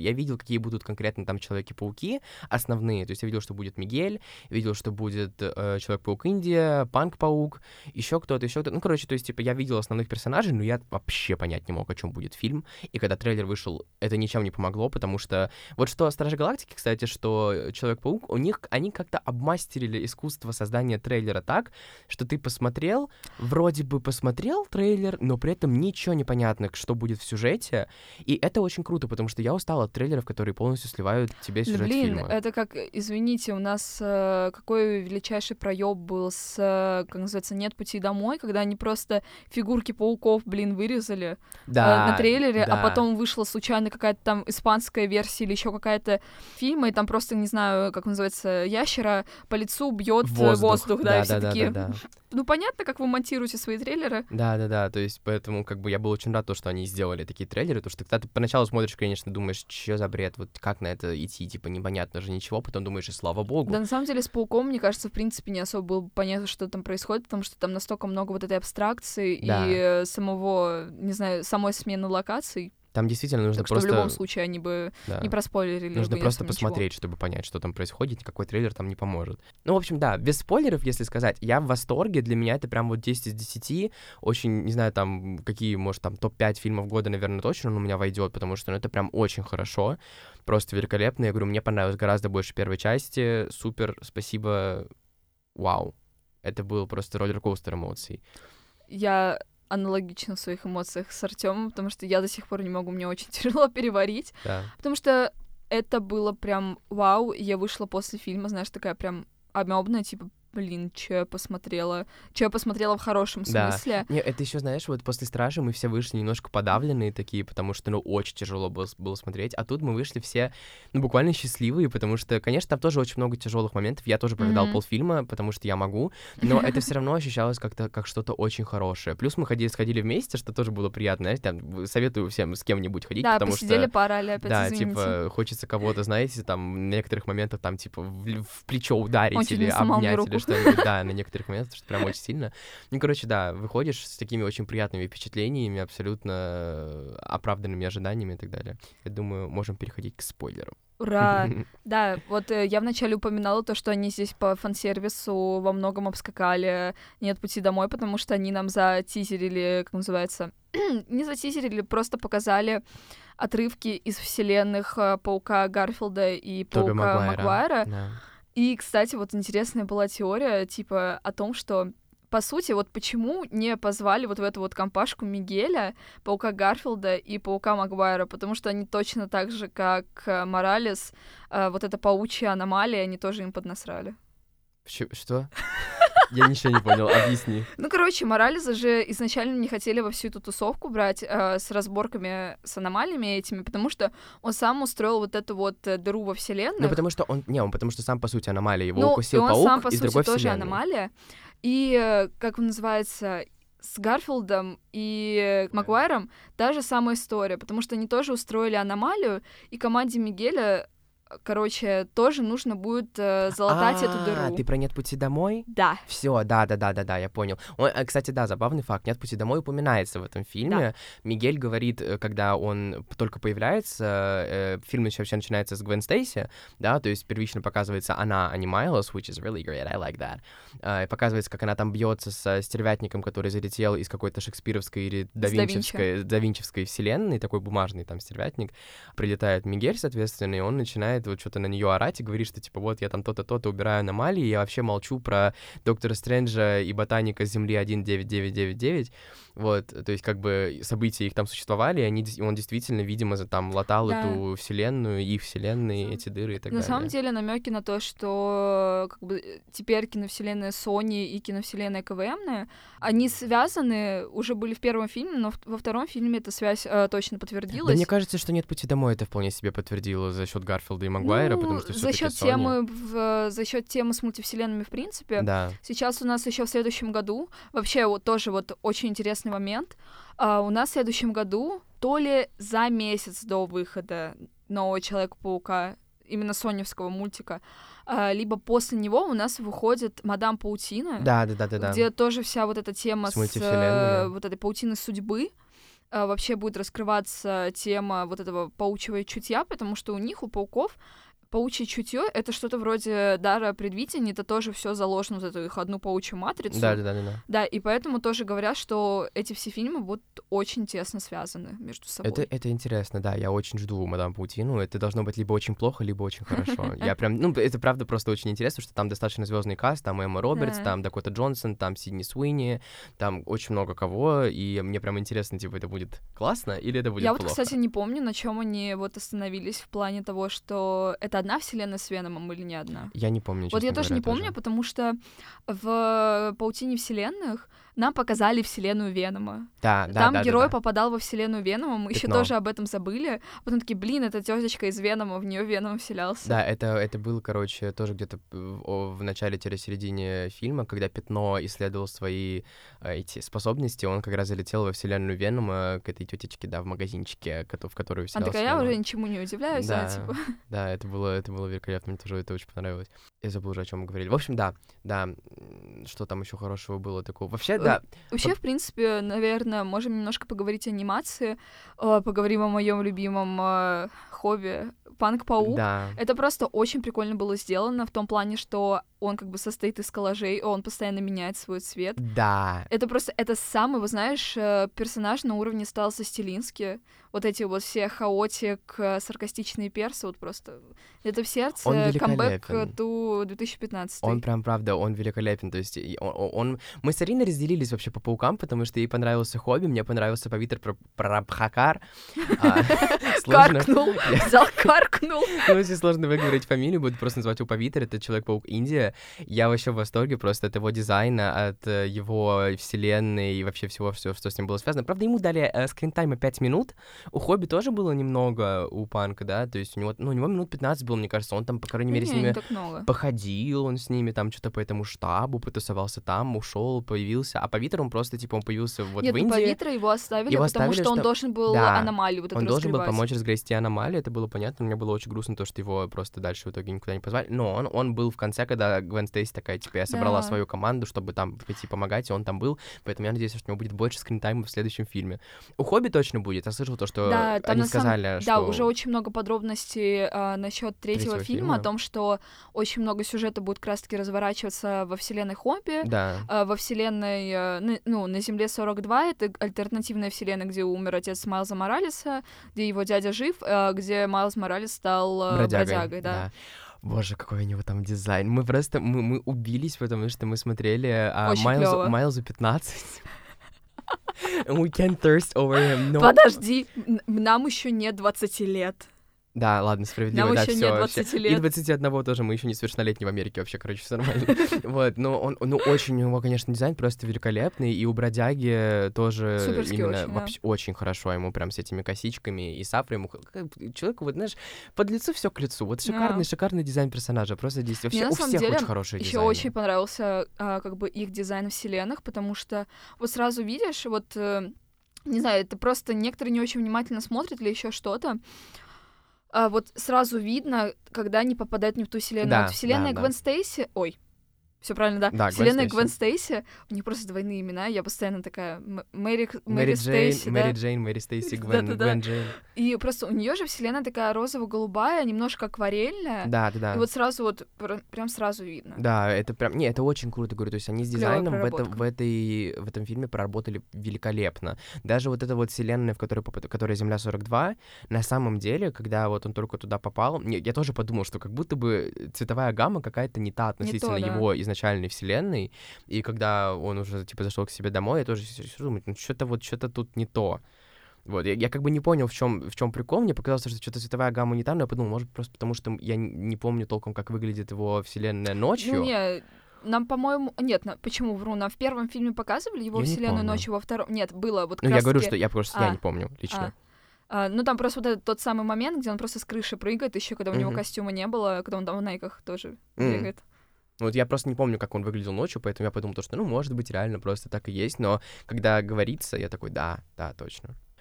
я видел, какие будут конкретно там Человеки-пауки основные, то есть я видел, что будет Мигель, видел, что будет Человек-паук Индия, Панк-паук, еще кто-то, ну, короче, то есть, типа, я видел основных персонажей, но я вообще понять не мог, о чем будет фильм, и когда трейлер вышел, это ничем не помогло, потому что вот что Стражи Галактики, кстати, что Человек-паук, они как-то обмастерили искусство создания трейлера так, что ты вроде бы посмотрел трейлер, но при этом ничего не понятно, что будет в сюжете, и это очень круто, потому что я устал от трейлеров, которые полностью сливают тебе сюжет фильма. Это как, извините, у нас какой величайший проеб был с, как называется, «Нет пути домой», когда они просто фигурки пауков, вырезали на трейлере, а потом вышла случайно какая-то там испанская версия или еще какая-то фильма, и там просто, не знаю, как называется, ящера по лицу бьет воздух, да, и все такие... Ну, понятно, как вы монтируете свои трейлеры. Да, то есть поэтому как бы я был очень рад, что они сделали такие трейлеры, потому что когда ты поначалу смотришь, конечно, думаешь, что за бред, вот как на это идти, типа, непонятно же ничего, потом думаешь, и слава богу. Да, на самом деле, с Пауком, мне кажется, в принципе, не особо было понятно, что там происходит, потому что там настолько много вот этой абстракции и самого, не знаю, самой смены локаций. Там действительно нужно так просто... что в любом случае они бы не проспойлерили. Нужно просто посмотреть, чтобы понять, что там происходит, никакой трейлер там не поможет. Ну, в общем, да, без спойлеров, если сказать, я в восторге, для меня это прям вот 10 из 10, очень, не знаю, там, какие, может, там, топ-5 фильмов года, наверное, точно он у меня войдет, потому что, ну, это прям очень хорошо, просто великолепно, я говорю, мне понравилось гораздо больше первой части, супер, спасибо, вау, это был просто роллер-коустер эмоций. Я аналогично в своих эмоциях с Артёмом, потому что я до сих пор не могу, мне очень тяжело переварить, потому что это было прям вау, и я вышла после фильма, знаешь, такая прям амёбная, типа, что я посмотрела в хорошем смысле. Не, это еще, знаешь, вот после «Стражи» мы все вышли немножко подавленные такие, потому что, ну, очень тяжело было смотреть, а тут мы вышли все, ну, буквально счастливые, потому что, конечно, там тоже очень много тяжелых моментов, я тоже прорыдал полфильма, потому что я могу, но это все равно ощущалось как-то как что-то очень хорошее. Плюс мы сходили вместе, что тоже было приятно, знаете, там, советую всем с кем-нибудь ходить, потому что... Да, посидели, поорали опять, да, извините. типа, хочется кого-то, знаете, там, на некоторых моментах, там, типа, в плечо ударить или обнять, или что-нибудь, да, на некоторых моментах, что прям очень сильно. Ну, короче, да, выходишь с такими очень приятными впечатлениями, абсолютно оправданными ожиданиями и так далее. Я думаю, можем переходить к спойлерам. Ура! Да, вот я вначале упоминала то, что они здесь по фан-сервису во многом обскакали «Нет пути домой», потому что они нам затизерили, как называется, не затизерили, просто показали отрывки из вселенных Паука Гарфилда и Паука Магуайра. Да. И, кстати, вот интересная была теория, типа, о том, что, по сути, вот почему не позвали вот в эту вот компашку Мигеля, Паука Гарфилда и Паука Магуайра, потому что они точно так же, как Моралес, вот эта паучья аномалия, они тоже им поднасрали. Что? Я ничего не понял, объясни. Ну, короче, Моралеса же изначально не хотели во всю эту тусовку брать с разборками с аномалиями этими, потому что он сам устроил вот эту вот дыру во вселенной. Ну, потому что потому что сам, по сути, аномалия. Его укусил паук сам, по из сути, другой тоже вселенной. Аномалия. И, как он называется, с Гарфилдом и Магуайром та же самая история, потому что они тоже устроили аномалию, и команде Мигеля, короче, тоже нужно будет залатать эту дыру. Ты про «Нет пути домой»? Да. Все, да, я понял. Кстати, да, забавный факт. «Нет пути домой» упоминается в этом фильме. Да. Мигель говорит, когда он только появляется, фильм вообще начинается с Гвен Стейси, да, то есть первично показывается она, а не Майлз, which is really great, I like that. Показывается, как она там бьется с стервятником, который залетел из какой-то шекспировской или давинчевской вселенной, такой бумажный там стервятник. Прилетает Мигель, соответственно, и он начинает вот что-то на нее орать и говорит, что типа вот я там то-то, то-то убираю аномалии, я вообще молчу про Доктора Стрэнджа и ботаника с Земли 19999, вот, то есть как бы события их там существовали, и он действительно, видимо, там латал эту вселенную, их вселенные, эти дыры и так далее. На самом деле намеки на то, что как бы теперь киновселенная Sony и киновселенная КВМная, они связаны, уже были в первом фильме, но во втором фильме эта связь точно подтвердилась. Да мне кажется, что «Нет пути домой» это вполне себе подтвердило за счет Гарфилда и Магуайра, потому что за счет темы с мультивселенными в принципе. Да. Сейчас у нас еще в следующем году, вообще вот тоже вот очень интересный момент, у нас в следующем году, то ли за месяц до выхода нового Человека-паука, именно соневского мультика, либо после него у нас выходит «Мадам Паутина», да. где тоже вся вот эта тема с вот этой паутиной судьбы. вообще будет раскрываться тема вот этого паучьего чутья, потому что у них, у пауков, паучье чутье — это что-то вроде дара предвидения, это тоже все заложено в эту их одну паучью матрицу. Да. Да, и поэтому тоже говорят, что эти все фильмы будут очень тесно связаны между собой. Это интересно, да, я очень жду «Мадам Паутину». Это должно быть либо очень плохо, либо очень хорошо. Я прям, это правда просто очень интересно, что там достаточно звездный каст, там Эмма Робертс, там Дакота Джонсон, там Сидни Суини, там очень много кого, и мне прям интересно, типа, это будет классно или это будет плохо? Я вот, кстати, не помню, на чем они вот остановились в плане того, что это одна вселенная с Веномом или не одна? Я не помню, честно Вот я тоже не помню, потому что в «Паутине вселенных» нам показали вселенную Венома. Там герой попадал во вселенную Венома, мы еще тоже об этом забыли. А потом такие, блин, это тетечка из Венома, в нее Веном вселялся. Да, это было, короче, тоже где-то в начале-середине фильма, когда Пятно исследовал свои эти способности, он как раз залетел во вселенную Венома к этой тетечке, да, в магазинчике, в которую вселялся. Я уже ничему не удивляюсь, типа... Да, это было великолепно, мне тоже это очень понравилось. Я забыл уже, о чем мы говорили. В общем, да, что там еще хорошего было такого. Вообще, да. Вообще, в принципе, наверное, можем немножко поговорить о анимации, поговорим о моем любимом хобби Панк-паук. Да. Это просто очень прикольно было сделано в том плане, что он как бы состоит из коллажей, он постоянно меняет свой цвет. Да. Это самый, вы знаешь, персонаж на уровне Стаса Стелински. Вот эти вот все хаотик, саркастичные персы, вот просто это в сердце, камбэк to 2015. Он прям, правда, он великолепен. То есть мы с Ариной разделились вообще по паукам, потому что ей понравился Хобби, мне понравился Павитр Прабхакар. Каркнул, взял каркнул. Ну, если сложно выговорить фамилию, буду просто называть его Павитр, это Человек-паук Индия. Я вообще в восторге просто от его дизайна, от его вселенной и вообще всего, что с ним было связано. Правда, ему дали скринтайма 5 минут. У Хобби тоже было немного, у Панка, да, то есть у него минут 15 было, мне кажется, он там, по крайней мере, с ними походил, он с ними там что-то по этому штабу, потусовался там, ушел, появился, а Павитр, он просто, типа, он появился вот в Индии. Нет, Павитра его оставили, потому что он должен был аномалию вот эту разгребать. Он должен был помочь разгрести аномалию, это было понятно, мне было очень грустно то, что его просто дальше в итоге никуда не позвали, но он был в конце, когда Гвен Стейси такая, типа, я собрала свою команду, чтобы там пойти помогать, и он там был, поэтому я надеюсь, что у него будет больше скринтайма в следующем фильме. У Хобби точно будет, я слышал то, что они сказали, что... Да, уже очень много подробностей насчет третьего фильма, о том, что очень много сюжета будет как раз-таки разворачиваться во вселенной Хобби, во вселенной, на Земле 42, это альтернативная вселенная, где умер отец Майлза Моралеса, где его дядя жив, где Майлз Моралес стал бродягой, да. Боже, какой у него там дизайн. Мы просто, мы убились, потому что мы смотрели Майлзу 15. We can't thirst over him. No. Подожди, нам еще нет 20 лет. Да, ладно, справедливо, нам да, еще всё, нет 20 лет. И 21 тоже, мы еще не совершеннолетние в Америке вообще, короче, все нормально. Вот, но он, очень, у него, конечно, дизайн просто великолепный, и у бродяги тоже суперски именно очень, вообще очень хорошо ему прям с этими косичками, и с афро ему, человеку, вот, знаешь, под лицо все к лицу, вот шикарный дизайн персонажа, просто здесь вообще у всех очень хороший дизайн. Еще очень понравился как бы их дизайн вселенных, потому что вот сразу видишь, вот, не знаю, это просто некоторые не очень внимательно смотрят или еще что-то, вот сразу видно, когда они попадают не в ту вселенную. Да, вот вселенная Гвен Стейси... Ой, все правильно, да? Да, вселенная Гвен Стейси, у них просто двойные имена, я постоянно такая... Мэри Стейси, да? Мэри Джейн, Мэри Стейси, Гвен Джейн. И просто у нее же вселенная такая розово-голубая, немножко акварельная. Да. И вот сразу вот, прям сразу видно. Да, это прям... Не, это очень круто, говорю, то есть они с дизайном в этом фильме проработали великолепно. Даже вот эта вот вселенная, в которой Земля 42, на самом деле, когда вот он только туда попал, я тоже подумал, что как будто бы цветовая гамма какая-то не та относительно его изначальной вселенной, и когда он уже, типа, зашел к себе домой, я тоже думаю, что-то тут не то. Вот, я как бы не понял, в чем прикол, мне показалось, что что-то цветовая гамма не та, но я подумал, может, просто потому что я не помню толком, как выглядит его вселенная ночью. Ну, не, нам, по-моему... Нет, почему вру? Нам в первом фильме показывали его вселенную ночью, во втором... Нет, было вот как раз я говорю, что я не помню лично. Ну, там просто вот этот тот самый момент, где он просто с крыши прыгает, еще когда у него костюма не было, когда он там в найках тоже бегает. Вот я просто не помню, как он выглядел ночью, поэтому я подумал, что, может быть, реально просто так и есть, но когда говорится, я такой, да, точно.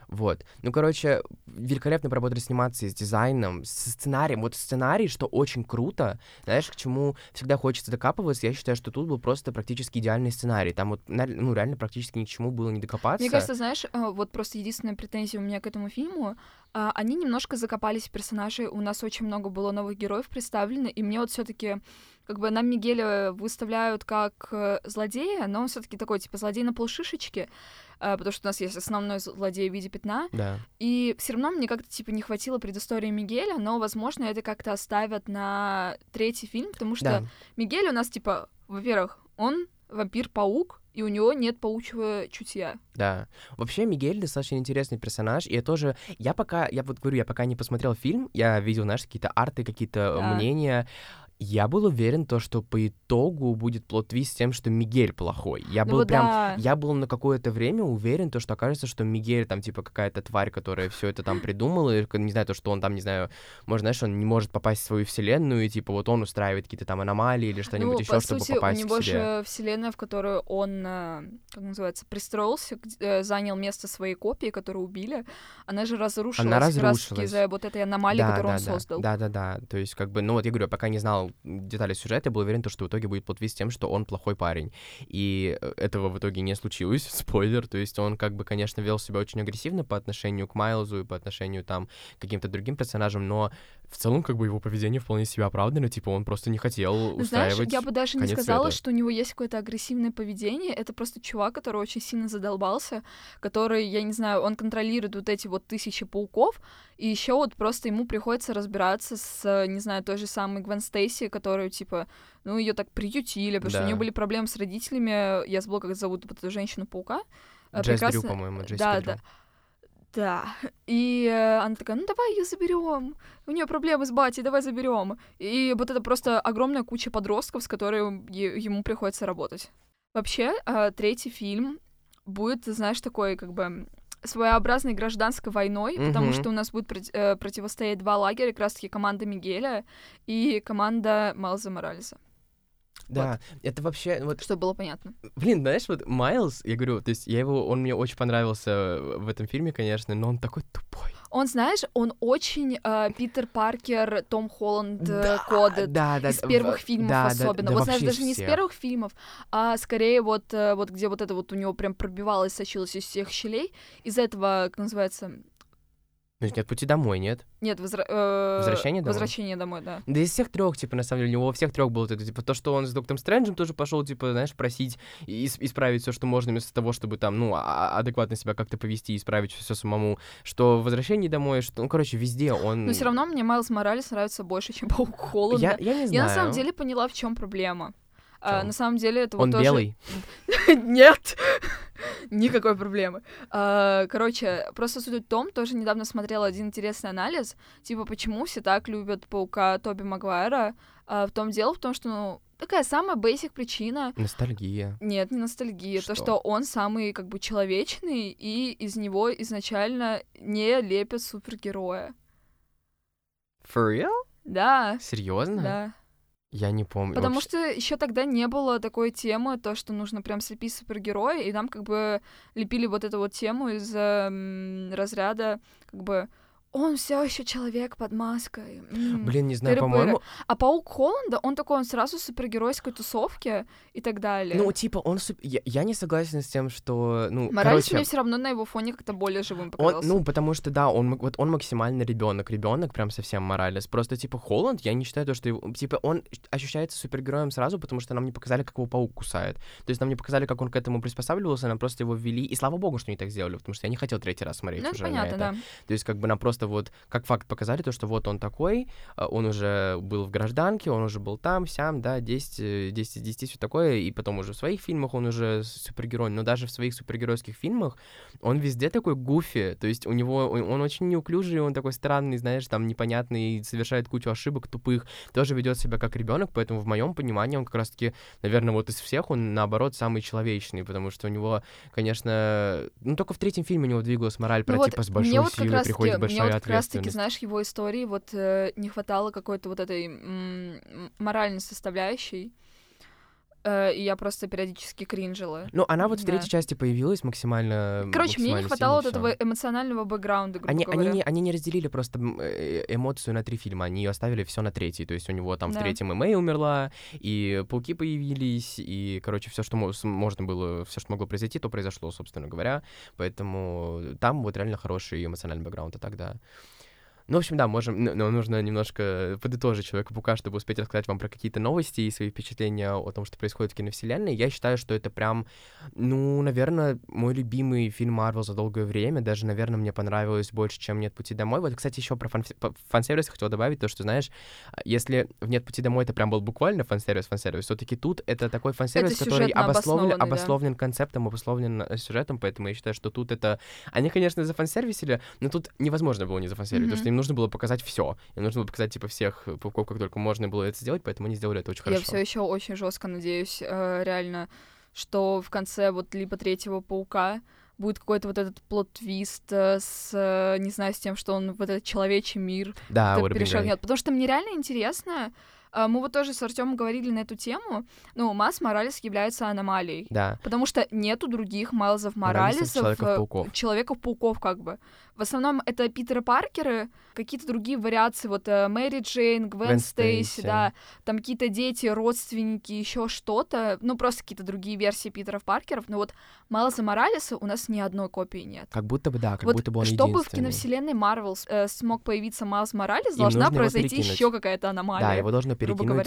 Вот. Ну, короче, великолепно поработали с анимацией, с дизайном, с сценарием. Вот сценарий, что очень круто, знаешь, к чему всегда хочется докапываться, я считаю, что тут был просто практически идеальный сценарий. Там вот, ну, реально практически ни к чему было не докопаться. Мне кажется, знаешь, вот просто единственная претензия у меня к этому фильму, они немножко закопались в персонажей, у нас очень много было новых героев представлено, и мне вот все-таки как бы нам Мигеля выставляют как злодея, но он все-таки такой, типа, злодей на полшишечки, потому что у нас есть основной злодей в виде пятна, Да. и все равно мне как-то, типа, не хватило предыстории Мигеля, но, возможно, это как-то оставят на третий фильм, потому что Мигель у нас, типа, во-первых, он вампир-паук, и у него нет паучьего чутья. Да. Вообще, Мигель достаточно интересный персонаж, и я тоже... Я пока не посмотрел фильм, я видел, знаешь, какие-то арты, какие-то мнения. Я был уверен, что по итогу будет плот-твист с тем, что Мигель плохой. Я был на какое-то время уверен, что окажется, что Мигель там, типа, какая-то тварь, которая все это там придумала, и, не знаю, что он там, не знаю, может, знаешь, он не может попасть в свою вселенную, и, типа, вот он устраивает какие-то там аномалии или что-нибудь еще, чтобы попасть в у него себе. же вселенная, в которую он, как называется, пристроился, занял место своей копии, которую убили, она же разрушилась. Как раз-таки из-за вот этой аномалии, которую он создал. Да. То есть, как бы, ну вот я говорю, пока не знал детали сюжета, я был уверен, что в итоге будет плот-твист с тем, что он плохой парень. И этого в итоге не случилось, спойлер, то есть он, как бы, конечно, вел себя очень агрессивно по отношению к Майлзу и по отношению, там, к каким-то другим персонажам, но в целом, как бы, его поведение вполне себе оправдано, типа, он просто не хотел устраивать. Знаешь, я бы даже не сказала, света. что у него есть какое-то агрессивное поведение, это просто чувак, который очень сильно задолбался, который, я не знаю, он контролирует вот эти вот 1000 пауков, и еще вот просто ему приходится разбираться с, не знаю, той же самой Гвен Стейси, которую, типа, ну, ее так приютили, потому что у нее были проблемы с родителями, я забыла, как зовут вот эту женщину-паука. Джесс Дрю, по-моему, Джессика Дрю. Да, и она такая, ну давай ее заберем, у нее проблемы с батей, давай заберем. И вот это просто огромная куча подростков, с которыми ему приходится работать. Вообще, третий фильм будет, знаешь, такой, как бы, своеобразной гражданской войной, потому что у нас будет противостоять два лагеря, как раз-таки команда Мигеля и команда Майлза Моралеса. Да, вот. Это вообще... Вот... Чтобы было понятно. Блин, знаешь, вот Майлз, я говорю, то есть он мне очень понравился в этом фильме, конечно, но он такой тупой. Он, знаешь, он очень Питер Паркер, Том Холланд кодит из первых фильмов особенно. Вот, знаешь, даже не из первых фильмов, а скорее вот где вот это вот у него прям пробивалось, сочилось из всех щелей. Из этого, как называется... Ну, нет, «Пути домой», нет? Нет, «Возвращение домой»? «Возвращение домой», да. Да из всех трех, типа, на самом деле, у него во всех трех было это, типа, то, что он с Доктором Стрэнджем тоже пошел, типа, знаешь, просить исправить все, что можно, вместо того, чтобы там, ну, адекватно себя как-то повести, исправить все самому, что в «Возвращении домой», что, ну, короче, везде он... Но все равно мне Майлз Моралес нравится больше, чем Паук Холланда. Я не знаю. Я на самом деле поняла, в чем проблема. На самом деле это он вот тоже... белый? Нет! Никакой проблемы. Короче, просто суть в том, тоже недавно смотрела один интересный анализ, типа, почему все так любят Паука Тоби Магуайра. В том дело в том, что, ну, такая самая basic причина. Ностальгия. Нет, не ностальгия. То, что он самый, как бы, человечный, и из него изначально не лепят супергероя. For real? Да. Серьезно? Да. Я не помню. Потому вообще. что еще тогда не было такой темы, то, что нужно прям слепить супергероя, и нам как бы лепили вот эту вот тему из разряда, как бы, он все еще человек под маской. Блин, не знаю, по-моему... А Паук Холланда, он такой, он сразу в супергеройской тусовке и так далее. Ну, типа, он... Я не согласен с тем, что... Ну, Моралес мне все равно на его фоне как-то более живым показался. Ну, потому что, да, он максимально ребенок прям совсем Моралес. Просто, типа, Холланд, я не считаю то, что его... Типа, он ощущается супергероем сразу, потому что нам не показали, как его паук кусает. То есть нам не показали, как он к этому приспосабливался, нам просто его ввели. И слава богу, что они так сделали, потому что я не хотел третий раз смотреть уже понятно, на это. Да. То есть, как бы, нам просто вот как факт показали то, что вот он такой, он уже был в гражданке, он уже был там, сям, да, 10 из 10, все такое, и потом уже в своих фильмах он уже супергерой, но даже в своих супергеройских фильмах он везде такой гуфи, то есть у него, он очень неуклюжий, он такой странный, знаешь, там непонятный, совершает кучу ошибок тупых, тоже ведет себя как ребенок, поэтому в моем понимании он как раз-таки, наверное, вот из всех он, наоборот, самый человечный, потому что у него, конечно, ну, только в третьем фильме у него двигалась мораль про, типа, с большой силой приходит большая ответственность. Таки, знаешь, его истории вот не хватало какой-то вот этой моральной составляющей. и я просто периодически кринжила. Ну, она вот в третьей части появилась максимально. Короче, мне не хватало вот этого эмоционального бэкграунда, грубо говоря. Они не разделили просто эмоцию на 3 фильма, они оставили все на третий. То есть у него там в третьем и Мэй умерла, и пауки появились, и, короче, все, что можно было, все, что могло произойти, то произошло, собственно говоря. Поэтому там вот реально хороший эмоциональный бэкграунд, а тогда. Ну, в общем, да, можем, но нужно немножко подытожить Человека-паука, чтобы успеть рассказать вам про какие-то новости и свои впечатления о том, что происходит в киновселенной. Я считаю, что это прям, ну, наверное, мой любимый фильм Марвел за долгое время. Даже, наверное, мне понравилось больше, чем «Нет пути домой». Вот, кстати, еще про фан-сервис хотел добавить, то, что, знаешь, если в «Нет пути домой» это прям был буквально фан-сервис, все-таки тут это такой фан-сервис, который обусловлен концептом, обусловлен сюжетом, поэтому я считаю, что тут это... Они, конечно, зафан-сервисили, но тут невозможно было не зафан-сервисить, потому что им нужно было показать все. Им нужно было показать, типа, всех пауков, как только можно было это сделать, поэтому они сделали это очень хорошо. Я все еще очень жестко надеюсь, реально, что в конце вот либо третьего паука будет какой-то вот этот плот-твист с, не знаю, с тем, что он в этот человечий мир перешагнет. Потому что мне реально интересно. Мы вот тоже с Артёмом говорили на эту тему. Ну, Майлз Моралес является аномалией. Да. Потому что нету других Майлзов Моралесов, Человеков-пауков, как бы. В основном это Питеры Паркеры, какие-то другие вариации, вот Мэри Джейн, Гвен Стейси, да, там какие-то дети, родственники, еще что-то, ну, просто какие-то другие версии Питеров Паркеров, но вот Майлза Моралеса у нас ни одной копии нет. Как будто бы, да, как будто бы он чтобы единственный. В киновселенной Марвел смог появиться Майлз Моралес, должна произойти еще какая-то аномалия. Да, его должно перекинуть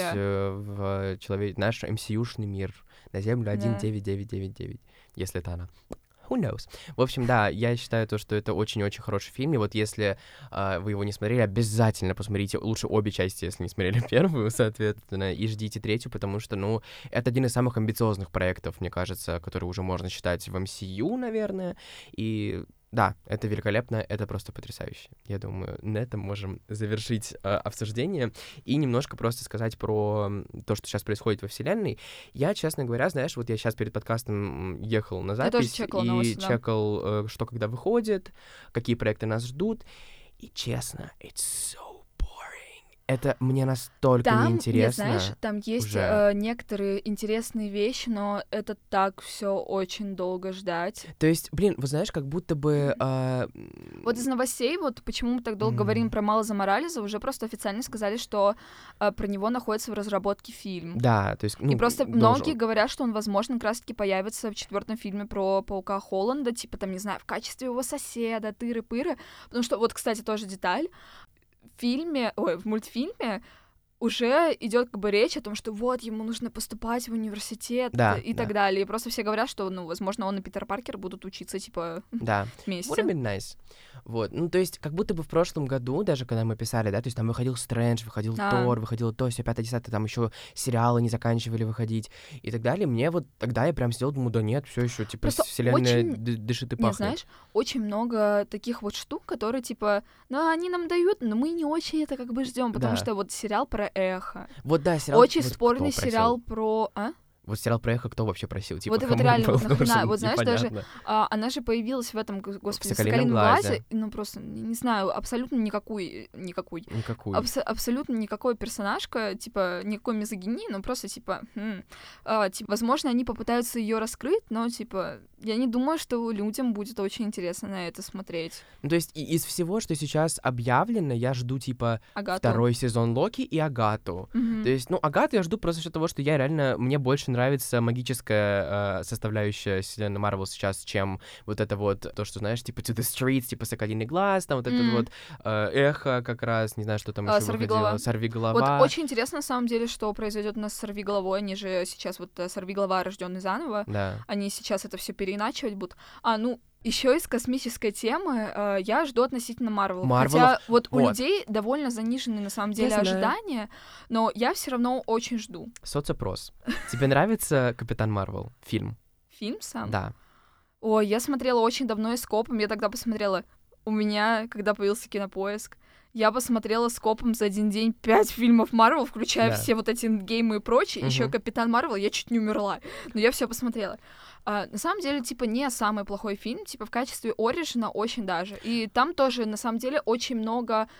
в наш MCU-шный мир, на Землю 19999, если это она. Who knows? В общем, да, я считаю то, что это очень-очень хороший фильм, и вот если вы его не смотрели, обязательно посмотрите лучше обе части, если не смотрели первую, соответственно, и ждите третью, потому что, ну, это один из самых амбициозных проектов, мне кажется, который уже можно считать в MCU, наверное, и... Да, это великолепно, это просто потрясающе. Я думаю, на этом можем завершить обсуждение и немножко просто сказать про то, что сейчас происходит во вселенной. Я, честно говоря, знаешь, вот я сейчас перед подкастом ехал на запись чекал, что когда выходит, какие проекты нас ждут, и честно, it's so boring. Это мне настолько неинтересно. Знаешь, там есть некоторые интересные вещи, но это так все очень долго ждать. То есть, блин, вот знаешь, как будто бы... Вот из новостей, вот почему мы так долго говорим про Майлза Моралеса, уже просто официально сказали, что про него находится в разработке фильм. Да, то есть... И просто многие говорят, что он, возможно, как раз-таки появится в 4-м фильме про Паука Холланда, типа, там, не знаю, в качестве его соседа, тыры-пыры. Потому что, вот, кстати, тоже деталь, в мультфильме уже идет как бы речь о том, что вот ему нужно поступать в университет и так далее. И просто все говорят, что, ну, возможно, он и Питер Паркер будут учиться, типа, вместе. Would have been nice. Вот, ну, то есть, как будто бы в прошлом году, даже когда мы писали, да, то есть там выходил Стрэндж, выходил Тор, выходило то, все 5-10, там еще сериалы не заканчивали выходить и так далее. Мне вот тогда я прям сидел, думаю, да нет, все еще, типа, просто вселенная дышит и пахнет. Знаешь, очень много таких вот штук, которые, типа, ну, они нам дают, но мы не очень это как бы ждем, потому что вот сериал про Эхо. Вот, да, сериал... Очень спорный сериал про... Вот сериал про Эхо кто вообще просил? Типа, вот реально, вот нахрена, вот знаешь, даже она же появилась в этом, господи, «Соколином глазе», ну просто, не знаю, абсолютно абсолютно никакой персонажка, типа, никакой мизогинии, но просто, типа, возможно, они попытаются ее раскрыть, но, типа, я не думаю, что людям будет очень интересно на это смотреть. Ну, то есть из всего, что сейчас объявлено, я жду, типа, второй сезон Локи и Агату. То есть, ну, Агату я жду просто из-за того, что я реально, мне больше нравится магическая составляющая вселенной Марвел сейчас, чем вот это вот, то, что, знаешь, типа To the Streets, типа Соколиный глаз, там вот это вот Эхо как раз, не знаю, что там еще выходило. Сорвиголова. Вот очень интересно, на самом деле, что произойдет у нас с Сорвиголовой, они же сейчас вот Сорвиголова, рожденный заново, они сейчас это все переиначивать будут. Еще из космической темы я жду относительно Марвел. Хотя вот у людей довольно занижены на самом деле ожидания, но я все равно очень жду. Соцопрос. Тебе нравится Капитан Марвел? Фильм? Фильм сам? Да. Ой, я смотрела очень давно и скопом. Я тогда посмотрела. У меня, когда появился Кинопоиск, я посмотрела скопом за один день 5 фильмов Марвел, включая все вот эти эндгеймы и прочее. Еще Капитан Марвел, я чуть не умерла. Но я все посмотрела. На самом деле, типа, не самый плохой фильм, типа, в качестве оригина очень даже. И там тоже, на самом деле, очень много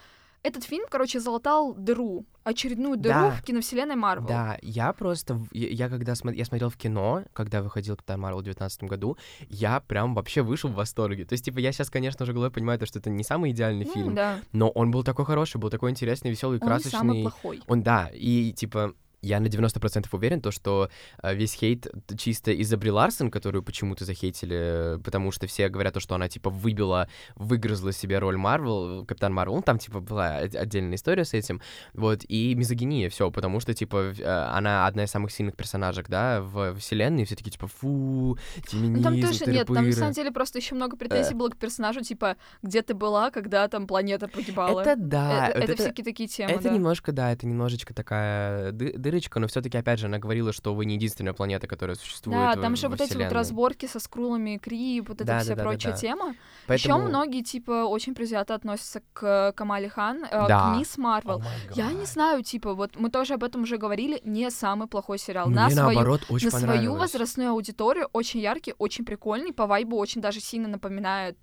этот фильм, короче, залатал дыру, очередную дыру в киновселенной Марвел. Да, я смотрел в кино, когда выходил Капитан Марвел в 2019 году, я прям вообще вышел в восторге. То есть, типа, я сейчас, конечно, уже головой понимаю, что это не самый идеальный фильм, но он был такой хороший, был такой интересный, веселый, красочный. Он не самый плохой. И, типа... Я на 90% уверен, что весь хейт чисто из-за Бри Ларсон, которую почему-то захейтили, потому что все говорят, что она, типа, выгрызла себе роль Марвел, Капитан Марвел, там, типа, была отдельная история с этим, вот, и мизогиния, все, потому что, типа, она одна из самых сильных персонажек, да, в вселенной, и все такие, типа, фу, феминизм, там тоже нет, там, на самом деле, просто еще много претензий было к персонажу, типа, где ты была, когда там планета погибала. Это да. Это всякие такие темы, это немножко, да, это немножечко такая дырочка, но все-таки, опять же, она говорила, что вы не единственная планета, которая существует Да, там же во вот эти вот разборки со скрулами Крии, вот эта вся прочая тема. Еще многие, типа, очень предвзято относятся к Камале Хан, к Мисс Марвел. Я не знаю, типа, вот мы тоже об этом уже говорили, не самый плохой сериал. Мне, наоборот, очень понравилось. На свою возрастную аудиторию очень яркий, очень прикольный, по вайбу очень даже сильно напоминает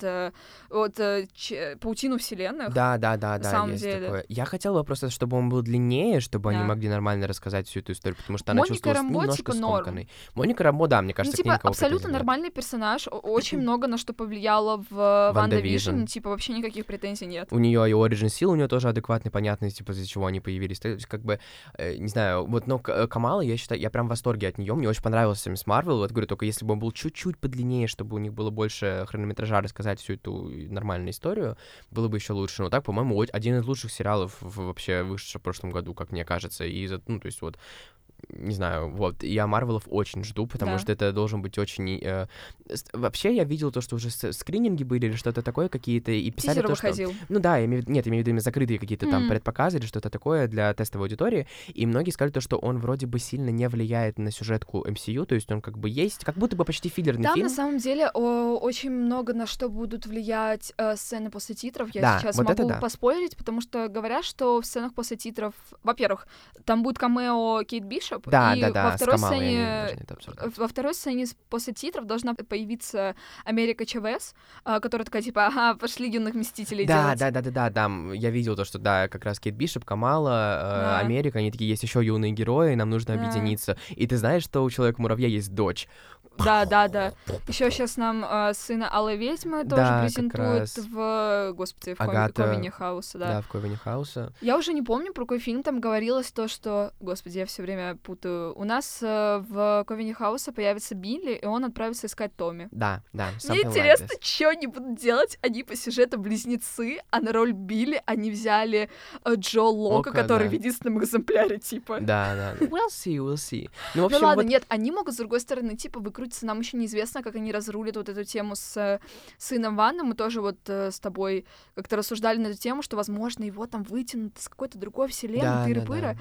паутину вселенных. Да, на самом деле. Такое. Я хотела просто, чтобы он был длиннее, чтобы они могли нормально рассказать всю эту историю, потому что она чувствовалась немножко типа, скомканной. Моника Рамбо, да, мне кажется, типа, абсолютно нормальный персонаж, очень много на что повлияло в WandaVision, типа, вообще никаких претензий нет. У нее и Origin Seal, у нее тоже адекватный, понятный, типа, из-за чего они появились. То есть, как бы, не знаю, вот, но Камала, я считаю, я прям в восторге от нее, мне очень понравился Мисс Марвел, вот, говорю, только если бы он был чуть-чуть подлиннее, чтобы у них было больше хронометража рассказать всю эту нормальную историю, было бы еще лучше. Но так, по-моему, один из лучших сериалов вообще вышедших в прошлом году, как мне кажется, и, ну, то есть, вот, не знаю, вот, я Марвелов очень жду, потому что это должен быть очень... Вообще, я видел то, что уже скрининги были или что-то такое какие-то, и писали Тизер то, выходил. что... Ну да, я имею в виду именно закрытые какие-то там предпоказы или что-то такое для тестовой аудитории, и многие сказали то, что он вроде бы сильно не влияет на сюжетку MCU, то есть он как бы есть, как будто бы почти филлерный фильм. Там, на самом деле, очень много на что будут влиять сцены после титров. Я сейчас вот могу поспойлерить, потому что говорят, что в сценах после титров, во-первых, там будет камео Кейт Бишоп, и во второй сцене после титров должна появиться Америка Чавес, которая такая, типа, ага, пошли юных мстителей делать. Да, там я видел то, что, да, как раз Кейт Бишоп, Камала, Америка, они такие, есть еще юные герои, нам нужно объединиться. И ты знаешь, что у Человека-муравья есть дочь? Да. Еще сейчас нам сына Алой Ведьмы тоже презентуют в Ковене Хауса. Да, в Ковене Хауса. Я уже не помню, про какой фильм там говорилось то, что... Господи, я все время путаю. У нас в Ковене Хауса появится Билли, и он отправится искать Томми. Да. Мне интересно, что они будут делать. Они по сюжету близнецы, а на роль Билли они взяли Джо Лока, который в единственном экземпляре, типа. Да. We'll see. Ну ладно, нет, они могут, с другой стороны, типа, выкрутиться. Нам еще неизвестно, как они разрулят вот эту тему с сыном Ванны. Мы тоже вот с тобой как-то рассуждали на эту тему, что, возможно, его там вытянут из какой-то другой вселенной, тыры-пыры.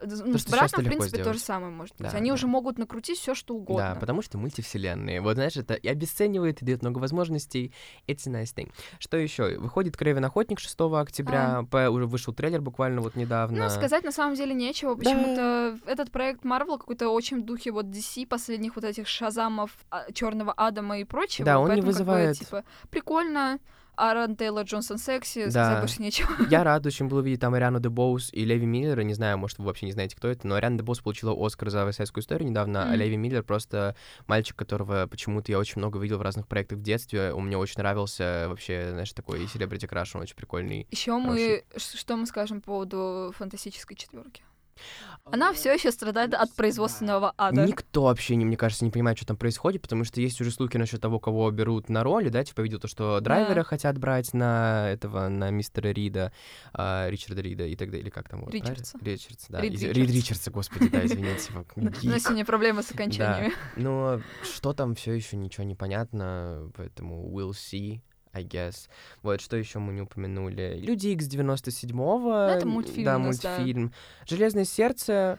С братом, в принципе, то же самое может быть. Они уже могут накрутить все, что угодно. Да, потому что мультивселенные. Вот, знаешь, это и обесценивает, и дает много возможностей. It's a nice thing. Что еще? Выходит Крэвен Охотник 6 октября. Уже вышел трейлер буквально вот недавно. Ну, сказать на самом деле нечего. Почему-то этот проект Marvel какой-то очень в духе вот DC, последних вот этих Шазамов, Черного Адама и прочего. Да, он не вызывает... Как бы, типа, прикольно. Аарон Тейлор Джонсон секси, сказать больше нечего. Я рад очень был увидеть там Ариану Дебоус и Леви Миллера, не знаю, может, вы вообще не знаете, кто это, но Ариана Дебоус получила Оскар за «Вестсайдскую историю» недавно, а Леви Миллер просто мальчик, которого почему-то я очень много видел в разных проектах в детстве, он мне очень нравился, вообще, знаешь, такой селебрити краш, он очень прикольный. Еще что мы скажем по поводу «Фантастической четверки»? Она все еще страдает от производственного ада. Никто вообще, мне кажется, не понимает, что там происходит, потому что есть уже слухи насчет того, кого берут на роли, да, типа видел то, что Драйвера хотят брать на мистера Рида, Ричарда Рида и так далее, или как там его? Ричардса, да. Рид Ричардса, господи, да, извините. У нас сегодня проблемы с окончаниями. Но что там все еще ничего не понятно, поэтому we'll see. I guess. Вот, что еще мы не упомянули? Люди Икс 97-го. Это мультфильм. Да, мультфильм. Да. Железное сердце.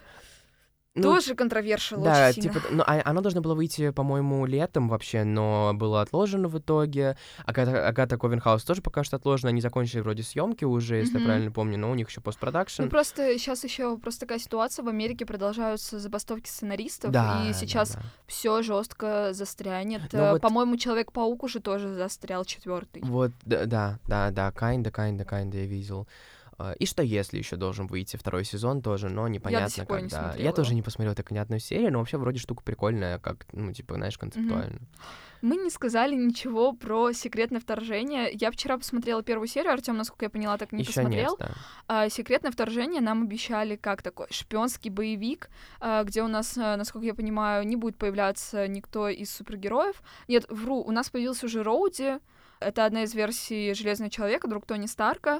Тоже контровершил да, очень сильно. Типа, оно должно было выйти, по-моему, летом вообще, но было отложено в итоге. Агата Ковенхаус тоже пока что отложена. Они закончили вроде съемки уже, если я правильно помню, но у них еще постпродакшн. Ну просто сейчас еще просто такая ситуация. В Америке продолжаются забастовки сценаристов, и сейчас все жестко застрянет. По-моему, Человек-паук уже тоже застрял 4-й. Вот, да, kinda я видел. И что если еще должен выйти второй сезон тоже, но непонятно Я до сих пор не когда. смотрела Я тоже его. не посмотрел так ни одной серии, но вообще вроде штука прикольная, как, ну, типа, знаешь, концептуально. Мы не сказали ничего про «Секретное вторжение». Я вчера посмотрела первую серию, Артём, насколько я поняла, так и не Еще посмотрел. нет, да. «Секретное вторжение» нам обещали как такой шпионский боевик, где у нас, насколько я понимаю, не будет появляться никто из супергероев. Нет, вру, у нас появился уже Роуди, это одна из версий Железного человека, друг Тони Старка.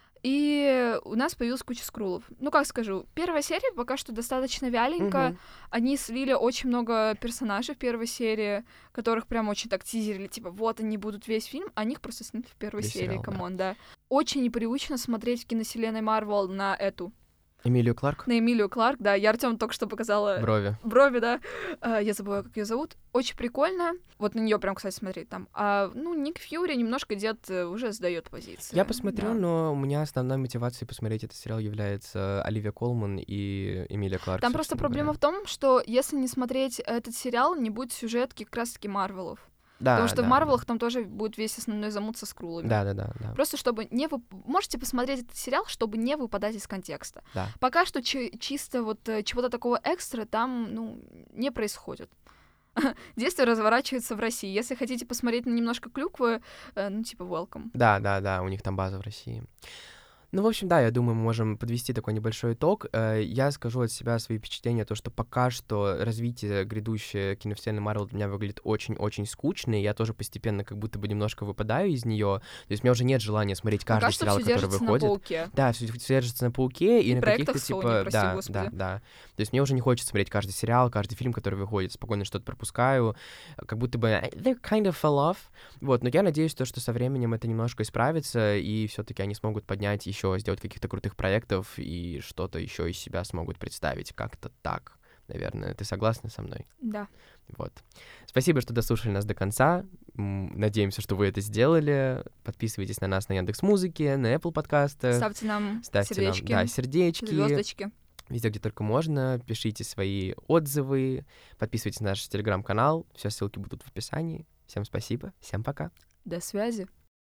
И у нас появилась куча скрулов. Ну, как скажу, первая серия пока что достаточно вяленько. Они слили очень много персонажей в первой серии, которых прям очень так тизерили, типа, вот они будут весь фильм, а них просто слили в первой Весь серии, сериал, камон, да. Очень непривычно смотреть в киновселенной Марвел на эту. Эмилию Кларк? На Эмилию Кларк, да. Я Артём только что показала... Брови, да. Я забыла, как ее зовут. Очень прикольно. Вот на нее прям, кстати, смотреть там. Ник Фьюри немножко уже сдает позиции. Я посмотрю, да. но у меня основной мотивацией посмотреть этот сериал является Оливия Колман и Эмилия Кларк. Там просто проблема в том, что если не смотреть этот сериал, не будет сюжетки как раз-таки Марвелов. Да, потому что да, в Марвелах да. там тоже будет весь основной замут со скрулами. Да. Просто чтобы не можете посмотреть этот сериал, чтобы не выпадать из контекста. Да. Пока что чисто вот чего-то такого экстра там, не происходит. Действие разворачивается в России. Если хотите посмотреть на немножко клюквы, welcome. Да, у них там база в России. Ну, в общем, да, я думаю, мы можем подвести такой небольшой итог. Я скажу от себя свои впечатления, то, что пока что развитие грядущее киновселенной Марвел для меня выглядит очень-очень скучно, и я тоже постепенно как будто бы немножко выпадаю из нее. То есть у меня уже нет желания смотреть каждый сериал, который выходит. На Пауке. Да, все держится на Пауке и на каких-то Sony, типа... Да. То есть мне уже не хочется смотреть каждый сериал, каждый фильм, который выходит, спокойно что-то пропускаю, как будто бы they kind of fell off. Вот, но я надеюсь, что со временем это немножко исправится, и все-таки они смогут поднять еще сделать каких-то крутых проектов и что-то еще из себя смогут представить. Как-то так, наверное. Ты согласна со мной? Да. Вот. Спасибо, что дослушали нас до конца. Надеемся, что вы это сделали. Подписывайтесь на нас на Яндекс.Музыке, на Apple подкастах. Ставьте нам сердечки. Да, сердечки. Звездочки. Везде, где только можно. Пишите свои отзывы. Подписывайтесь на наш телеграм-канал. Все ссылки будут в описании. Всем спасибо. Всем пока. До связи.